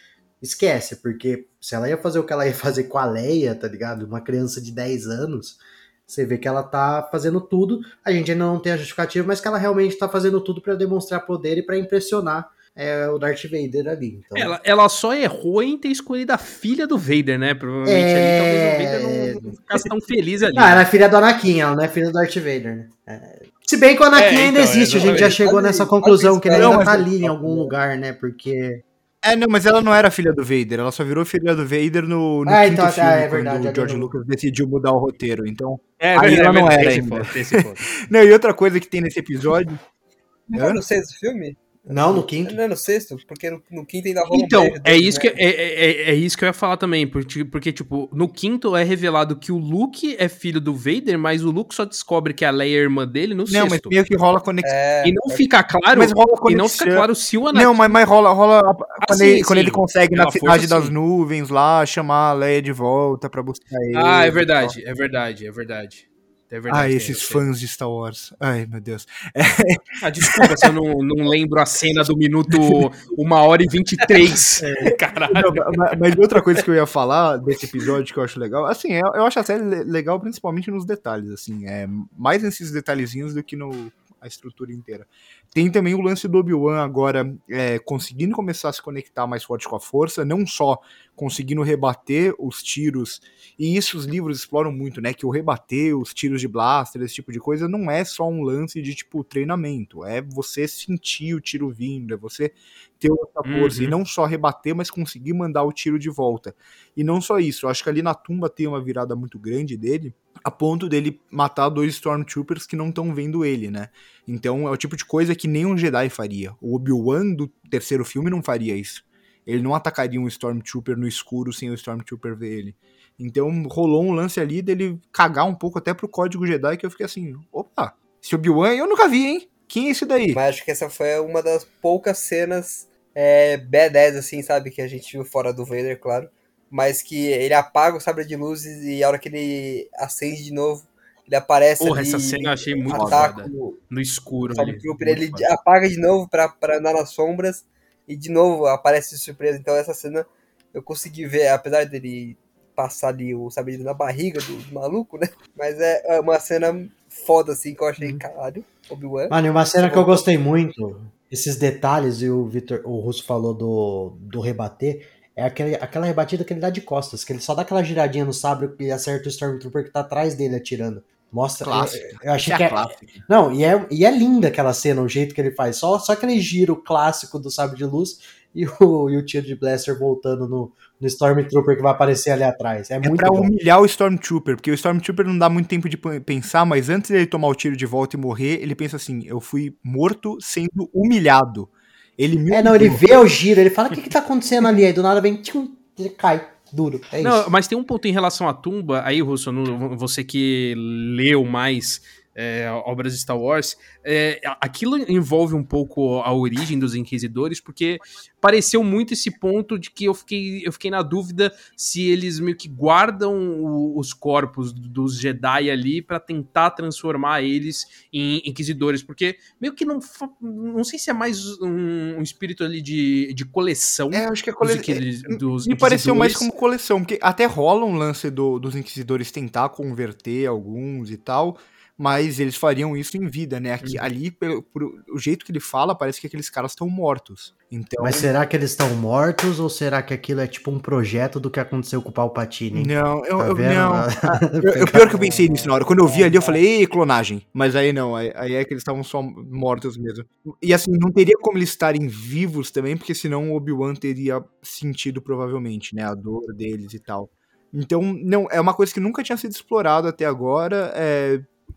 esquece, porque se ela ia fazer o que ela ia fazer com a Leia, tá ligado? Uma criança de dez anos, você vê que ela tá fazendo tudo, a gente ainda não tem a justificativa, mas que ela realmente tá fazendo tudo pra demonstrar poder e pra impressionar é, o Darth Vader ali. Então... Ela, ela só errou em ter escolhido a filha do Vader, né? Provavelmente É... ali talvez o Vader não, não ficasse tão feliz ali. Não, ela é filha do Anakin, ela não é filha do Darth Vader, né? É... Se bem que o Anakin É, ainda então, existe, a gente já exatamente. chegou Quase- nessa quase conclusão, que ele isso, ainda mas- tá ali em algum lugar, né? Porque... É, não, mas ela não era filha do Vader, ela só virou filha do Vader no, no Ah, quinto então, filme, ah, é quando verdade, o ali George no- Lucas decidiu mudar o roteiro, então... É, Aí ela não era tem esse ainda. ponto, tem esse ponto. Não, e outra coisa que tem nesse episódio... Não é no sexto filme? Não, no quinto. Não é no sexto? Porque no, no quinto ainda rola um Então, beijo é deles, isso, né? que, é, é, é- é isso que eu ia falar também, porque, porque, tipo, no quinto é revelado que o Luke é filho do Vader, mas o Luke só descobre que a Leia é irmã dele no Não, mas sexto. meio que rola conexão. É, E não fica claro, Mas rola e não fica conexão. claro se o Anakin... Não, mas, mas rola, rola a- quando, sim, ele, quando sim. ele consegue Pela na cidade força, das sim. nuvens lá, chamar a Leia de volta pra buscar ele. Ah, é e verdade, é verdade, é verdade. É tal. verdade. Ah, tem, esses eu sei. fãs de Star Wars. Ai, meu Deus. Ah, desculpa se eu não, não lembro a cena do minuto uma hora e vinte e três. Caralho. Não, mas, mas outra coisa que eu ia falar desse episódio que eu acho legal, assim, eu, eu acho a série le- legal principalmente nos detalhes, assim, é mais nesses detalhezinhos do que no a estrutura inteira. Tem também o lance do Obi-Wan agora é, conseguindo começar a se conectar mais forte com a força, não só conseguindo rebater os tiros, e isso os livros exploram muito, né, que o rebater os tiros de blaster, esse tipo de coisa, não é só um lance de, tipo, treinamento, é você sentir o tiro vindo, é você ter essa força, Uhum. e não só rebater, mas conseguir mandar o tiro de volta. E não só isso, eu acho que ali na tumba tem uma virada muito grande dele, a ponto dele matar dois Stormtroopers que não estão vendo ele, né? Então é o tipo de coisa que nem um Jedi faria. O Obi-Wan do terceiro filme não faria isso. Ele não atacaria um Stormtrooper no escuro sem o Stormtrooper ver ele. Então rolou um lance ali dele cagar um pouco até pro código Jedi, que eu fiquei assim, opa, esse Obi-Wan eu nunca vi, hein? Quem é esse daí? Mas acho que essa foi uma das poucas cenas é, B dez, assim, sabe? Que a gente viu fora do Vader, claro. Mas que ele apaga o sabre de luzes e a hora que ele acende de novo, ele aparece Porra, ali, essa cena eu achei muito ataca foda. o No escuro ali. Stormtrooper, Muito ele foda. apaga de novo pra, pra andar nas sombras e de novo aparece de surpresa. Então essa cena eu consegui ver, apesar dele passar ali o sabre na barriga do, do maluco, né? Mas é uma cena foda, assim, que eu achei, caralho, Obi-Wan. Mano, e uma cena que eu gostei muito, esses detalhes, e o Vitor, o Russo falou do, do rebater, é aquele, aquela rebatida que ele dá de costas, que ele só dá aquela giradinha no sabre e acerta o Stormtrooper que tá atrás dele atirando. Mostra. Clássico. Eu, eu achei Isso que é é. clássico. Não, e é, e é linda aquela cena, o jeito que ele faz. Só, só aquele giro clássico do sabre de luz e o, e o tiro de blaster voltando no, no Stormtrooper que vai aparecer ali atrás. É, É muito pra bom. humilhar o Stormtrooper, porque o Stormtrooper não dá muito tempo de p- pensar, mas antes dele tomar o tiro de volta e morrer, ele pensa assim, eu fui morto sendo humilhado. Ele me É, não, ele humilhou. vê o giro, ele fala o que, que tá acontecendo ali, aí do nada vem, tchum, ele cai, duro. É isso. Não, mas tem um ponto em relação à tumba, aí, Russo, no- você que leu mais é, obras de Star Wars, é, aquilo envolve um pouco a origem dos Inquisidores, porque pareceu muito esse ponto de que eu fiquei, eu fiquei na dúvida se eles meio que guardam o- os corpos dos Jedi ali pra tentar transformar eles em Inquisidores, porque meio que não, fa- não sei se é mais um, um espírito ali de, de coleção É, acho que é dos, coleção. inquisi- dos Me pareceu mais Inquisidores. como coleção, porque até rola um lance do- dos Inquisidores tentar converter alguns e tal, mas eles fariam isso em vida, né? Aqui, Uhum. Ali, pelo, por- o jeito que ele fala, parece que aqueles caras estão mortos. Então, Mas será que eles estão mortos ou será que aquilo é tipo um projeto do que aconteceu com o Palpatine? não, eu, Tá eu- vendo? não. Eu, eu- pior que eu pensei nisso na hora. Quando eu vi ali, eu falei, ei, clonagem. Mas aí não, aí, aí é que eles estavam só mortos mesmo. E assim, não teria como eles estarem vivos também, porque senão o Obi-Wan teria sentido provavelmente, né, a dor deles e tal. Então, não, é uma coisa que nunca tinha sido explorado até agora, é,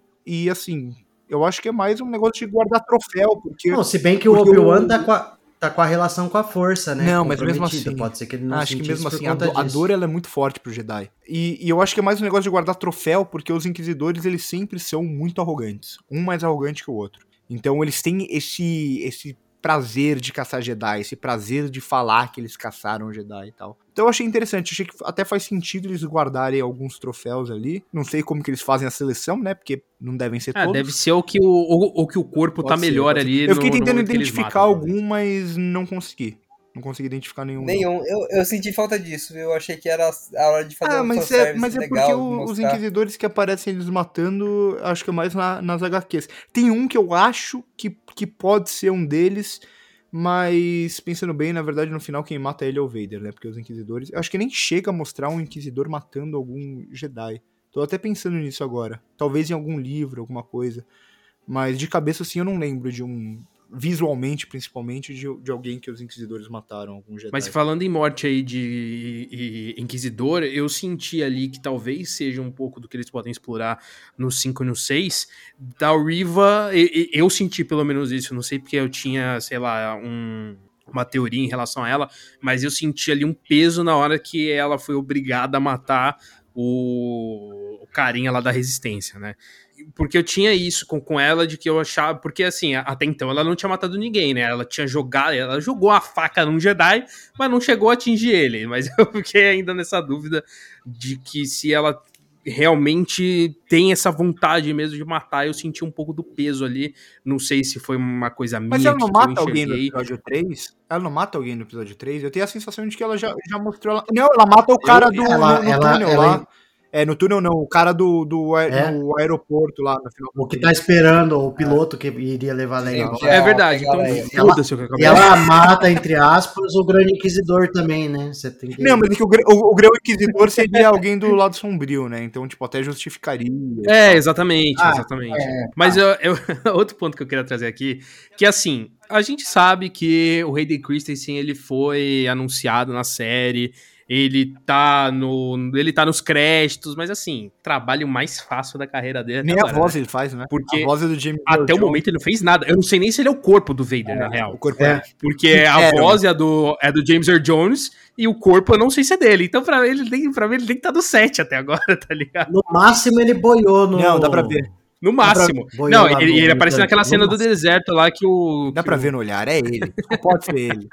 e assim, eu acho que é mais um negócio de guardar troféu, porque... Não, se bem que o porque Obi-Wan o- tá com a, tá com a relação com a força, né? Não, mas mesmo comprometida. assim, Pode ser que ele não acho que sentisse mesmo por assim, a, conta do- a disso. dor ela é muito forte pro Jedi. E, e eu acho que é mais um negócio de guardar troféu, porque os Inquisidores, eles sempre são muito arrogantes. Um mais arrogante que o outro. Então eles têm esse, esse prazer de caçar Jedi, esse prazer de falar que eles caçaram Jedi e tal. Então eu achei interessante, achei que até faz sentido eles guardarem alguns troféus ali. Não sei como que eles fazem a seleção, né, porque não devem ser Ah, todos. deve ser o que o, o, o que o corpo Pode tá ser, melhor pode ser. ali. Eu fiquei no- no tentando momento que eles identificar matam, algum, mas não consegui. Não consegui identificar nenhum. Nenhum. Eu, eu senti falta disso. Eu achei que era a hora de fazer Ah, um mas é, fanservice mas é legal, porque o- os mostrar. inquisidores que aparecem eles matando, acho que é mais na- nas agá quês. Tem um que eu acho que, que pode ser um deles, mas pensando bem, na verdade, no final quem mata ele é o Vader, né? Porque os inquisidores... Eu acho que nem chega a mostrar um inquisidor matando algum Jedi. Tô até pensando nisso agora. Talvez em algum livro, alguma coisa. Mas de cabeça, assim, eu não lembro de um... Visualmente, principalmente, de, de alguém que os inquisidores mataram, algum Jedi. Mas falando em morte aí de e- Inquisidor, eu senti ali que talvez seja um pouco do que eles podem explorar no cinco e no seis. Da Riva, e- e- eu senti pelo menos isso, não sei porque eu tinha, sei lá, um, uma teoria em relação a ela, mas eu senti ali um peso na hora que ela foi obrigada a matar o, o carinha lá da Resistência, né? Porque eu tinha isso com, com ela, de que eu achava... Porque, assim, até então ela não tinha matado ninguém, né? Ela tinha jogado... Ela jogou a faca num Jedi, mas não chegou a atingir ele. Mas eu fiquei ainda nessa dúvida de que se ela realmente tem essa vontade mesmo de matar, eu senti um pouco do peso ali. Não sei se foi uma coisa minha Mas ela não que, mata que eu alguém no enxerguei. episódio três? Ela não mata alguém no episódio três? Eu tenho a sensação de que ela já, já mostrou... Ela... Não, ela mata o cara Eu- do, ela- no, no ela- túnel ela- lá. É, no túnel não, o cara do, do aer- É. no aeroporto lá no final. O que tá esperando o piloto que iria levar ela Sim, embora. que É verdade, pegar então ela. foda-se o que eu acabei E ela mata, entre aspas, o Grande Inquisidor também, né? Você tem que... Não, mas é que o, Gr- o, o Grão Inquisidor seria alguém do lado sombrio, né? Então, tipo, até justificaria. É, exatamente, Ah, exatamente. é, Mas eu, eu- outro ponto que eu queria trazer aqui, que assim, a gente sabe que o Hayden Christensen, ele foi anunciado na série, ele tá no, ele tá nos créditos, mas assim, trabalho mais fácil da carreira dele até Nem a agora, voz né? ele faz, né? Porque a voz é do James Até Earl o Jones. momento ele não fez nada. Eu não sei nem se ele é o corpo do Vader, na real. O corpo É. é. Porque a Era. voz é do, é do James Earl Jones e o corpo eu não sei se é dele. Então, pra, ele, tem- pra mim, ele tem que estar no set até agora, tá ligado? No máximo ele boiou no... Não, dá pra ver. No Dá pra- máximo. boiou Não, lá ele, no- ele no aparece canto. naquela No cena do máximo. deserto lá que o. Dá que pra o- ver no olhar, é ele. Não pode ser ele.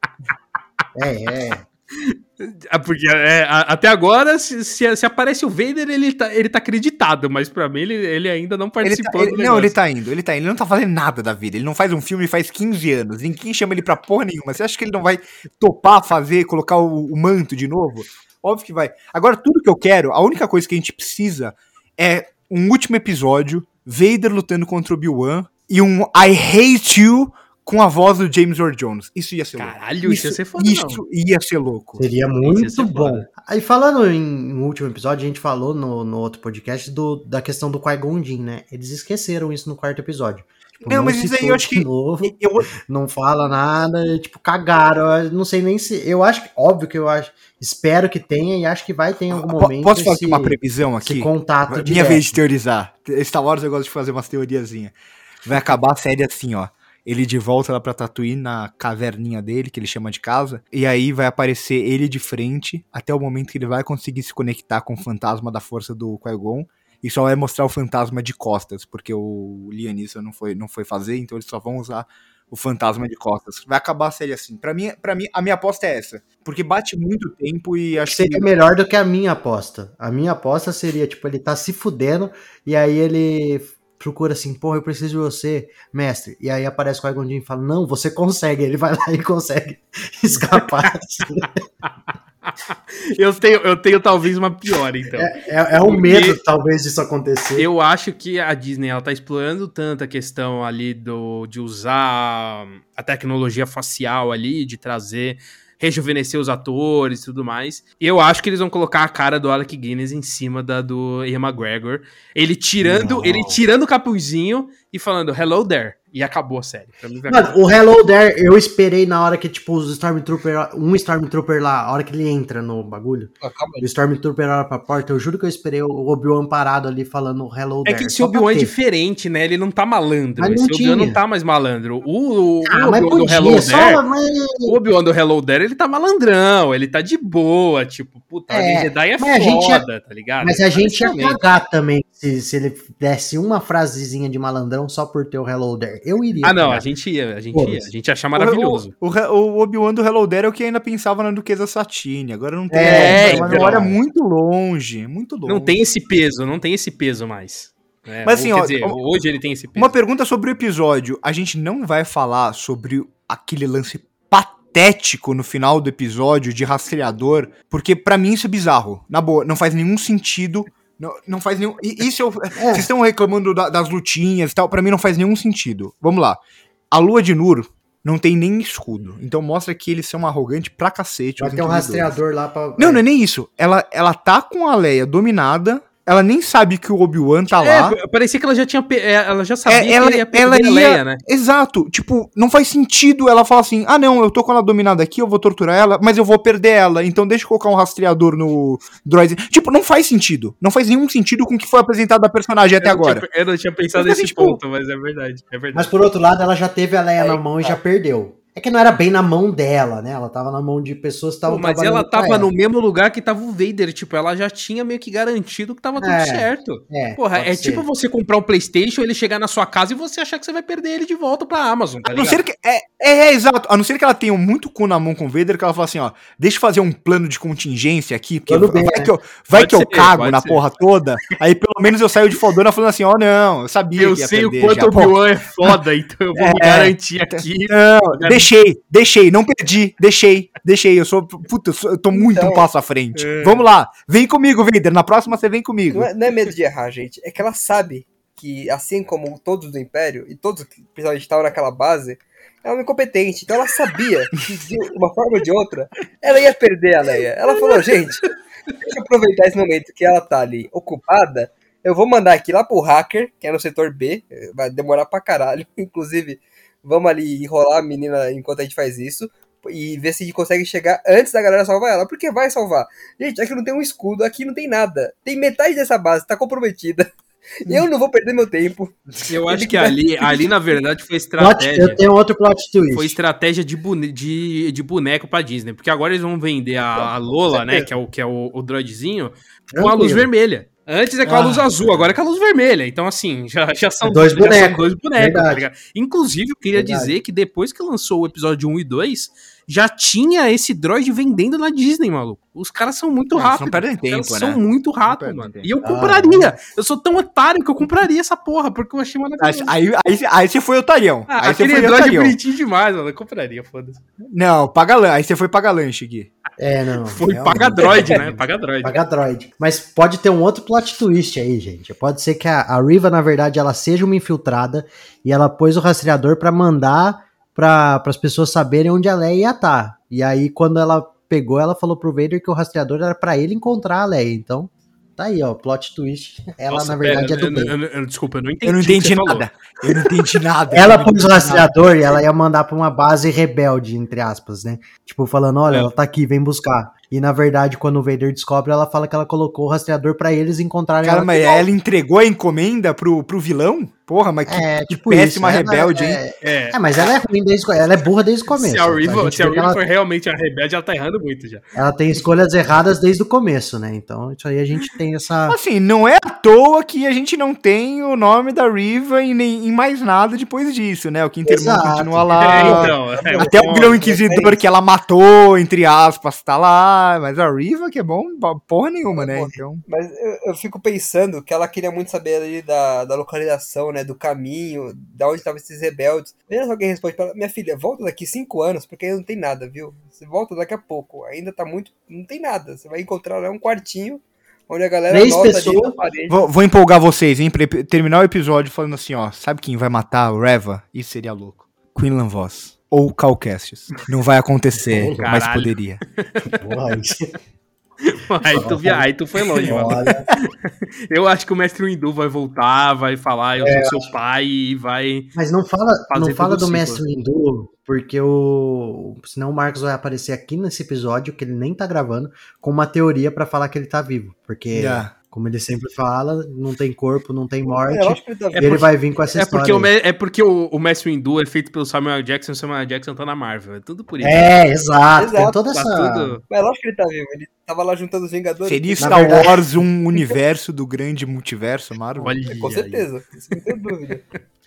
É, é. Ah, porque é, a- até agora, se, se, se aparece o Vader, ele tá, ele tá acreditado, mas pra mim ele, ele ainda não Ele participou tá- do ele- negócio. não, ele tá indo, ele tá indo. Ele não tá fazendo nada da vida. Ele não faz um filme faz quinze anos. Ninguém chama ele pra porra nenhuma. Você acha que ele não vai topar fazer, colocar o, o manto de novo? Óbvio que vai. Agora, tudo que eu quero, a única coisa que a gente precisa é um último episódio, Vader lutando contra o Obi-Wan e um I Hate You com a voz do James Earl Jones. Isso ia ser Caralho, louco. isso ia ser foda, Isso ia ser louco. Seria Isso ia muito ser bom. foda. Aí falando em, no último episódio, a gente falou no, no outro podcast do, da questão do Qui-Gon Jinn, né? Eles esqueceram isso no quarto episódio. Tipo, Não, mas isso aí citou eu acho de que- novo, Eu, não fala nada, tipo, cagaram. Eu não sei nem se... Eu acho que... Óbvio que eu acho... Espero que tenha e acho que vai ter em algum po- momento posso fazer esse, uma previsão esse aqui? contato Minha direto. vez de teorizar. Star Wars eu gosto de fazer umas teoriazinhas. Vai acabar a série assim, ó. Ele de volta lá pra Tatooine, na caverninha dele, que ele chama de casa. E aí vai aparecer ele de frente, até o momento que ele vai conseguir se conectar com o fantasma da força do Qui-Gon. E só vai mostrar o fantasma de costas, porque o Liam Neeson não foi, não foi fazer, então eles só vão usar o fantasma de costas. Vai acabar a série assim. Pra mim, pra mim, a minha aposta é essa. Porque bate muito tempo e acho Seria que... melhor do que a minha aposta. A minha aposta seria, tipo, ele tá se fudendo e aí ele procura assim, porra, eu preciso de você, mestre. E aí aparece o Qui-Gon Jinn e fala, não, você consegue. Ele vai lá e consegue escapar. assim. Eu tenho, eu tenho talvez uma pior, então. É, é, é um Porque- medo, talvez, disso acontecer. Eu acho que a Disney ela tá explorando tanto a questão ali do, de usar a tecnologia facial ali, de trazer, rejuvenescer os atores e tudo mais. Eu acho que eles vão colocar a cara do Alec Guinness em cima da do Ian McGregor. Ele tirando, Não. ele tirando o capuzinho e falando hello there. E acabou a série. Pra mim vai Mano, acabar. o Hello There, eu esperei na hora que, tipo, os Stormtrooper, um Stormtrooper lá, a hora que ele entra no bagulho, Ah, calma aí. o Stormtrooper olha pra porta, eu juro que eu esperei o Obi-Wan parado ali falando Hello É There. que esse só pra Obi-Wan é ter. diferente, né? Ele não tá malandro. Mas Esse não Obi-Wan não tinha. tá mais malandro. O, o, Ah, o mas Obi-Wan do podia, Hello só, There... mas... O Obi-Wan do Hello There, ele tá malandrão, ele tá de boa, tipo, puta, É, a Jedi é mas a gente foda, tá ligado? Mas Ele a tá gente ia excelente. cagar também se, se ele desse uma frasezinha de malandrão só por ter o Hello There. Eu iria. Ah, não, cagar. a gente ia, a gente Foda-se. ia, a gente ia achar maravilhoso. O, o, o Obi-Wan do Hello There é o que ainda pensava na Duquesa Satine. Agora não tem. É, É uma então. memória muito longe. Muito longe. Não tem esse peso, não tem esse peso mais. É, Mas assim, ou, quer ó, dizer, uma- hoje ele tem esse peso. Uma pergunta sobre o episódio. A gente não vai falar sobre aquele lance patético no final do episódio de rastreador, porque pra mim isso é bizarro. Na boa, não faz nenhum sentido. Não, não faz nenhum. Isso eu, é. Vocês estão reclamando da, das lutinhas e tal, pra mim não faz nenhum sentido. Vamos lá. A Lua de Nur não tem nem escudo. Então mostra que eles são arrogantes pra cacete. Vai ter um rastreador lá pra... Não, não é nem isso. Ela, ela tá com a Leia dominada. Ela nem sabe que o Obi-Wan tá é, lá. Parecia que ela já tinha. Ela já sabia é, ela, que ia perder ela ia, a Leia, né? Exato. Tipo, não faz sentido ela falar assim: ah, não, eu tô com ela dominada aqui, eu vou torturar ela, mas eu vou perder ela. Então deixa eu colocar um rastreador no droid. Tipo, não faz sentido. Não faz nenhum sentido com o que foi apresentado da personagem até eu agora. Tinha, eu não tinha pensado nesse tipo, ponto, mas é verdade, é verdade. Mas por outro lado, ela já teve a Leia é, na mão tá. e já perdeu. É que não era bem na mão dela, né? Ela tava na mão de pessoas que estavam trabalhando. Mas ela tava ela. no mesmo lugar que tava o Vader. Tipo, ela já tinha meio que garantido que tava tudo é, certo. É, Porra, é ser. tipo você comprar um PlayStation, ele chegar na sua casa e você achar que você vai perder ele de volta pra Amazon, tá a não ser que, é, é, é, exato. A não ser que ela tenha muito cu na mão com o Vader, que ela fala assim, ó, deixa eu fazer um plano de contingência aqui, porque vai, bem, vai né? que eu, vai que ser, eu cago na ser. porra toda, aí pelo menos eu saio de fodona falando assim, ó, oh, não, eu sabia eu que ia sei perder. Eu sei o quanto o Obi-Wan é foda, então eu vou é, me garantir aqui. Não, deixei, deixei, não perdi, deixei, deixei, eu sou, puta, eu, sou, eu tô muito então, um passo à frente. É. Vamos lá, vem comigo, Vader, na próxima você vem comigo. Não é, não é medo de errar, gente, é que ela sabe que, assim como todos do Império, e todos que principalmente estavam naquela base, ela é uma incompetente, então ela sabia que de uma forma ou de outra, ela ia perder a Leia. Ela falou, gente, deixa eu aproveitar esse momento que ela tá ali ocupada, eu vou mandar aqui lá pro hacker, que é no setor B, vai demorar pra caralho, inclusive, vamos ali enrolar a menina enquanto a gente faz isso, e ver se a gente consegue chegar antes da galera salvar ela, porque vai salvar. Gente, aqui não tem um escudo, aqui não tem nada, tem metade dessa base, tá comprometida. Eu não vou perder meu tempo. Eu acho que ali, ali na verdade, foi estratégia. Eu tenho outro plot twist. Foi estratégia de, bone, de, de boneco pra Disney. Porque agora eles vão vender a, a Lola, né? Que é o, que é o, o droidzinho, com a luz vermelha. Antes é com a ah, luz azul, agora é com a luz vermelha. Então, assim, já, já, são, dois já bonecos. são dois bonecos. Tá ligado? Inclusive, eu queria verdade. dizer que depois que lançou o episódio um e dois, já tinha esse droid vendendo na Disney, maluco. Os caras são muito é, rápidos. Não perdem tempo, Eles né? são muito rápidos, mano. Tempo. E eu compraria. Ah, eu sou tão otário que eu compraria essa porra, porque eu achei maravilhoso. Aí, aí, aí você foi otarião. Ah, aí aquele você foi droid otarião. bonitinho demais, mano. Eu compraria, foda-se. Não, paga lanche. Aí você foi pagar lanche, Gui. É, não. Foi paga droid, né? Paga droid. Paga droid. Mas pode ter um outro plot twist aí, gente. Pode ser que a, a Riva, na verdade, ela seja uma infiltrada e ela pôs o rastreador pra mandar pra as pessoas saberem onde a Leia ia estar. E aí, quando ela pegou, ela falou pro Vader que o rastreador era pra ele encontrar a Leia. Então, tá aí, ó, plot twist. Ela, Nossa, na verdade, pera, é do eu, bem. eu, eu, desculpa, eu não entendi. Eu não entendi nada. Eu não entendi nada. Ela pôs o rastreador e ela ia mandar pra uma base rebelde, entre aspas, né? Tipo, falando, olha, é. ela tá aqui, vem buscar. E, na verdade, quando o Vader descobre, ela fala que ela colocou o rastreador pra eles encontrarem Cara, ela. Cara, mas ela entregou a encomenda pro, pro vilão? Porra, mas que, é, que tipo péssima isso, rebelde, é, hein? É. é, mas ela é ruim desde ela é burra desde o começo. Se a Riva, a se a Riva ela, for realmente a rebelde, ela tá errando muito já. Ela tem escolhas erradas desde o começo, né? Então, isso aí a gente tem essa... Assim, não é à toa que a gente não tem o nome da Riva em, nem, em mais nada depois disso, né? O Quinto Irmão continua lá. É, então, é, até o, o Grão Inquisidor é que ela matou, entre aspas, tá lá. Mas a Riva, que é bom, porra nenhuma, né? Então... Mas eu, eu fico pensando que ela queria muito saber ali da, da localização, né? Do caminho, da onde estavam esses rebeldes. Veja só quem responde pra ela, minha filha, volta daqui cinco anos, porque aí não tem nada, viu? Você volta daqui a pouco, ainda tá muito, não tem nada. Você vai encontrar lá um quartinho, onde a galera Três anota pessoas... ali na parede. Vou, vou empolgar vocês, hein, pra terminar o episódio falando assim, ó, sabe quem vai matar o Reva? Isso seria louco. Quinlan Vos. Ou Cal Kestis. Não vai acontecer, oh, mas poderia. Aí tu, via, aí tu foi longe, mano. Eu acho que o Mestre Windu vai voltar, vai falar, eu é, sou seu pai e vai. Mas não fala, não fala do Mestre Windu, porque o. Senão o Marcos vai aparecer aqui nesse episódio, que ele nem tá gravando, com uma teoria pra falar que ele tá vivo. Porque. Yeah. Como ele sempre fala, não tem corpo, não tem morte, é, ele, tá... e ele é porque, vai vir com essa é história. Porque o, é porque o, o Mestre Windu é feito pelo Samuel Jackson, e o Samuel Jackson tá na Marvel, é tudo por isso. É, exato, exato. Tem toda essa... Tá tudo... Mas lógico que ele tá vivo, ele tava lá juntando os Vingadores. Seria Star verdade... Wars um universo do grande multiverso Marvel? Olha com certeza, isso não tem dúvida.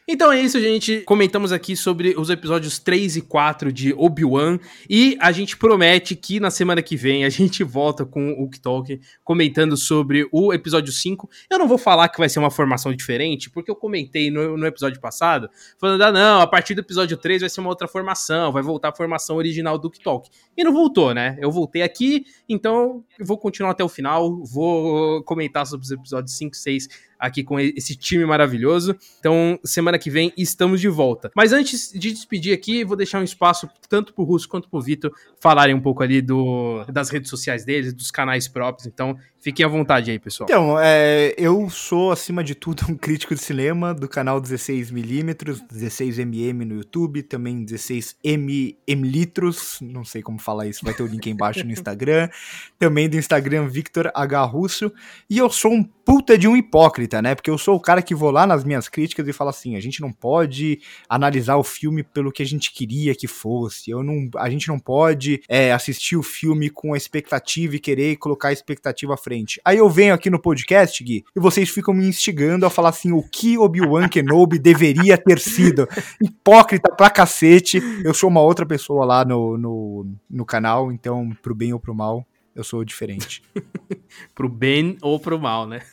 Então é isso, gente. Comentamos aqui sobre os episódios três e quatro de Obi-Wan. E a gente promete que na semana que vem a gente volta com o Talk comentando sobre o episódio cinco. Eu não vou falar que vai ser uma formação diferente, porque eu comentei no, no episódio passado, falando, ah não, a partir do episódio três vai ser uma outra formação, vai voltar a formação original do Talk. E não voltou, né? Eu voltei aqui, então eu vou continuar até o final, vou comentar sobre os episódios cinco e seis aqui com esse time maravilhoso. Então, semana que vem estamos de volta. Mas antes de despedir aqui, vou deixar um espaço tanto pro Russo quanto pro Vitor falarem um pouco ali do, das redes sociais deles, dos canais próprios. Então, fiquem à vontade aí, pessoal. Então, é, eu sou, acima de tudo, um crítico de cinema do canal dezesseis milímetros, dezesseis milímetros no YouTube, também dezesseis mililitros, não sei como falar isso, vai ter o link aí embaixo no Instagram, também do Instagram Victor H. Russo, e eu sou um puta de um hipócrita, né, porque eu sou o cara que vou lá nas minhas críticas e falo assim, a gente não pode analisar o filme pelo que a gente queria que fosse, eu não, a gente não pode é, assistir o filme com a expectativa e querer colocar a expectativa à frente. Aí eu venho aqui no podcast, Gui, e vocês ficam me instigando a falar assim, o que Obi-Wan Kenobi deveria ter sido. Hipócrita pra cacete, eu sou uma outra pessoa lá no, no, no canal, então pro bem ou pro mal, eu sou diferente. Pro bem ou pro mal, né?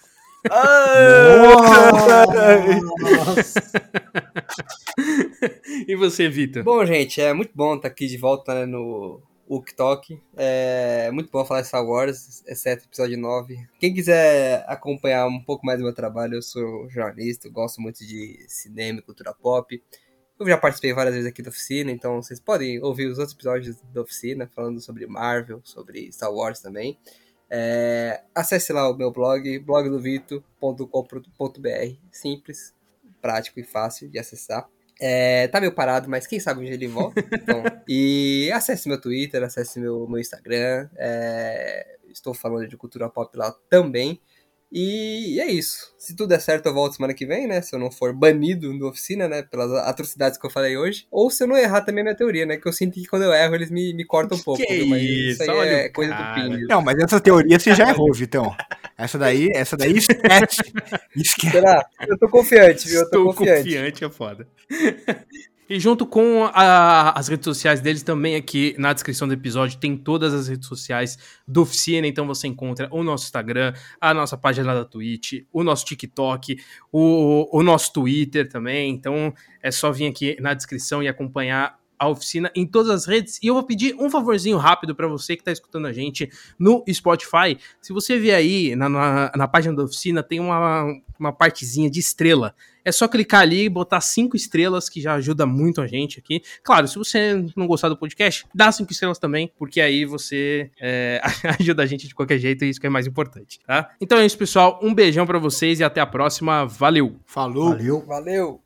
Nossa. E você, Vitor? Bom, gente, é muito bom estar aqui de volta, né, no Uk Talk. É muito bom falar de Star Wars, exceto episódio nove. Quem quiser acompanhar um pouco mais do meu trabalho, eu sou jornalista, eu gosto muito de cinema e cultura pop. Eu já participei várias vezes aqui da oficina, então vocês podem ouvir os outros episódios da oficina, falando sobre Marvel, sobre Star Wars também. É, acesse lá o meu blog, blog do vito ponto com ponto b r. Simples, prático e fácil de acessar. É, tá meio parado, mas quem sabe onde ele volta. Então, e acesse meu Twitter, acesse meu, meu Instagram. É, estou falando de cultura pop lá também. E, e é isso. Se tudo der certo, eu volto semana que vem, né? Se eu não for banido da oficina, né? Pelas atrocidades que eu falei hoje. Ou se eu não errar também a minha teoria, né? Que eu sinto que quando eu erro, eles me, me cortam um pouco. Que viu? Mas isso, isso aí olha é o coisa cara. do Pinho. Não, mas essa teoria você já errou, Vitão. Essa daí, essa daí esquece. Esquece. Será? Eu tô confiante, viu? Eu tô Estou confiante. confiante, é foda. E junto com a- as redes sociais deles também aqui na descrição do episódio tem todas as redes sociais do Oficina, então você encontra o nosso Instagram, a nossa página da Twitch, o nosso TikTok, o, o nosso Twitter também, então é só vir aqui na descrição e acompanhar a Oficina em todas as redes. E eu vou pedir um favorzinho rápido pra você que tá escutando a gente no Spotify. Se você vier aí na, na, na página da Oficina, tem uma, uma partezinha de estrela. É só clicar ali e botar cinco estrelas, que já ajuda muito a gente aqui. Claro, se você não gostar do podcast, dá cinco estrelas também, porque aí você é, ajuda a gente de qualquer jeito e isso que é mais importante, tá? Então é isso, pessoal. Um beijão pra vocês e até a próxima. Valeu! Falou. Valeu. Valeu!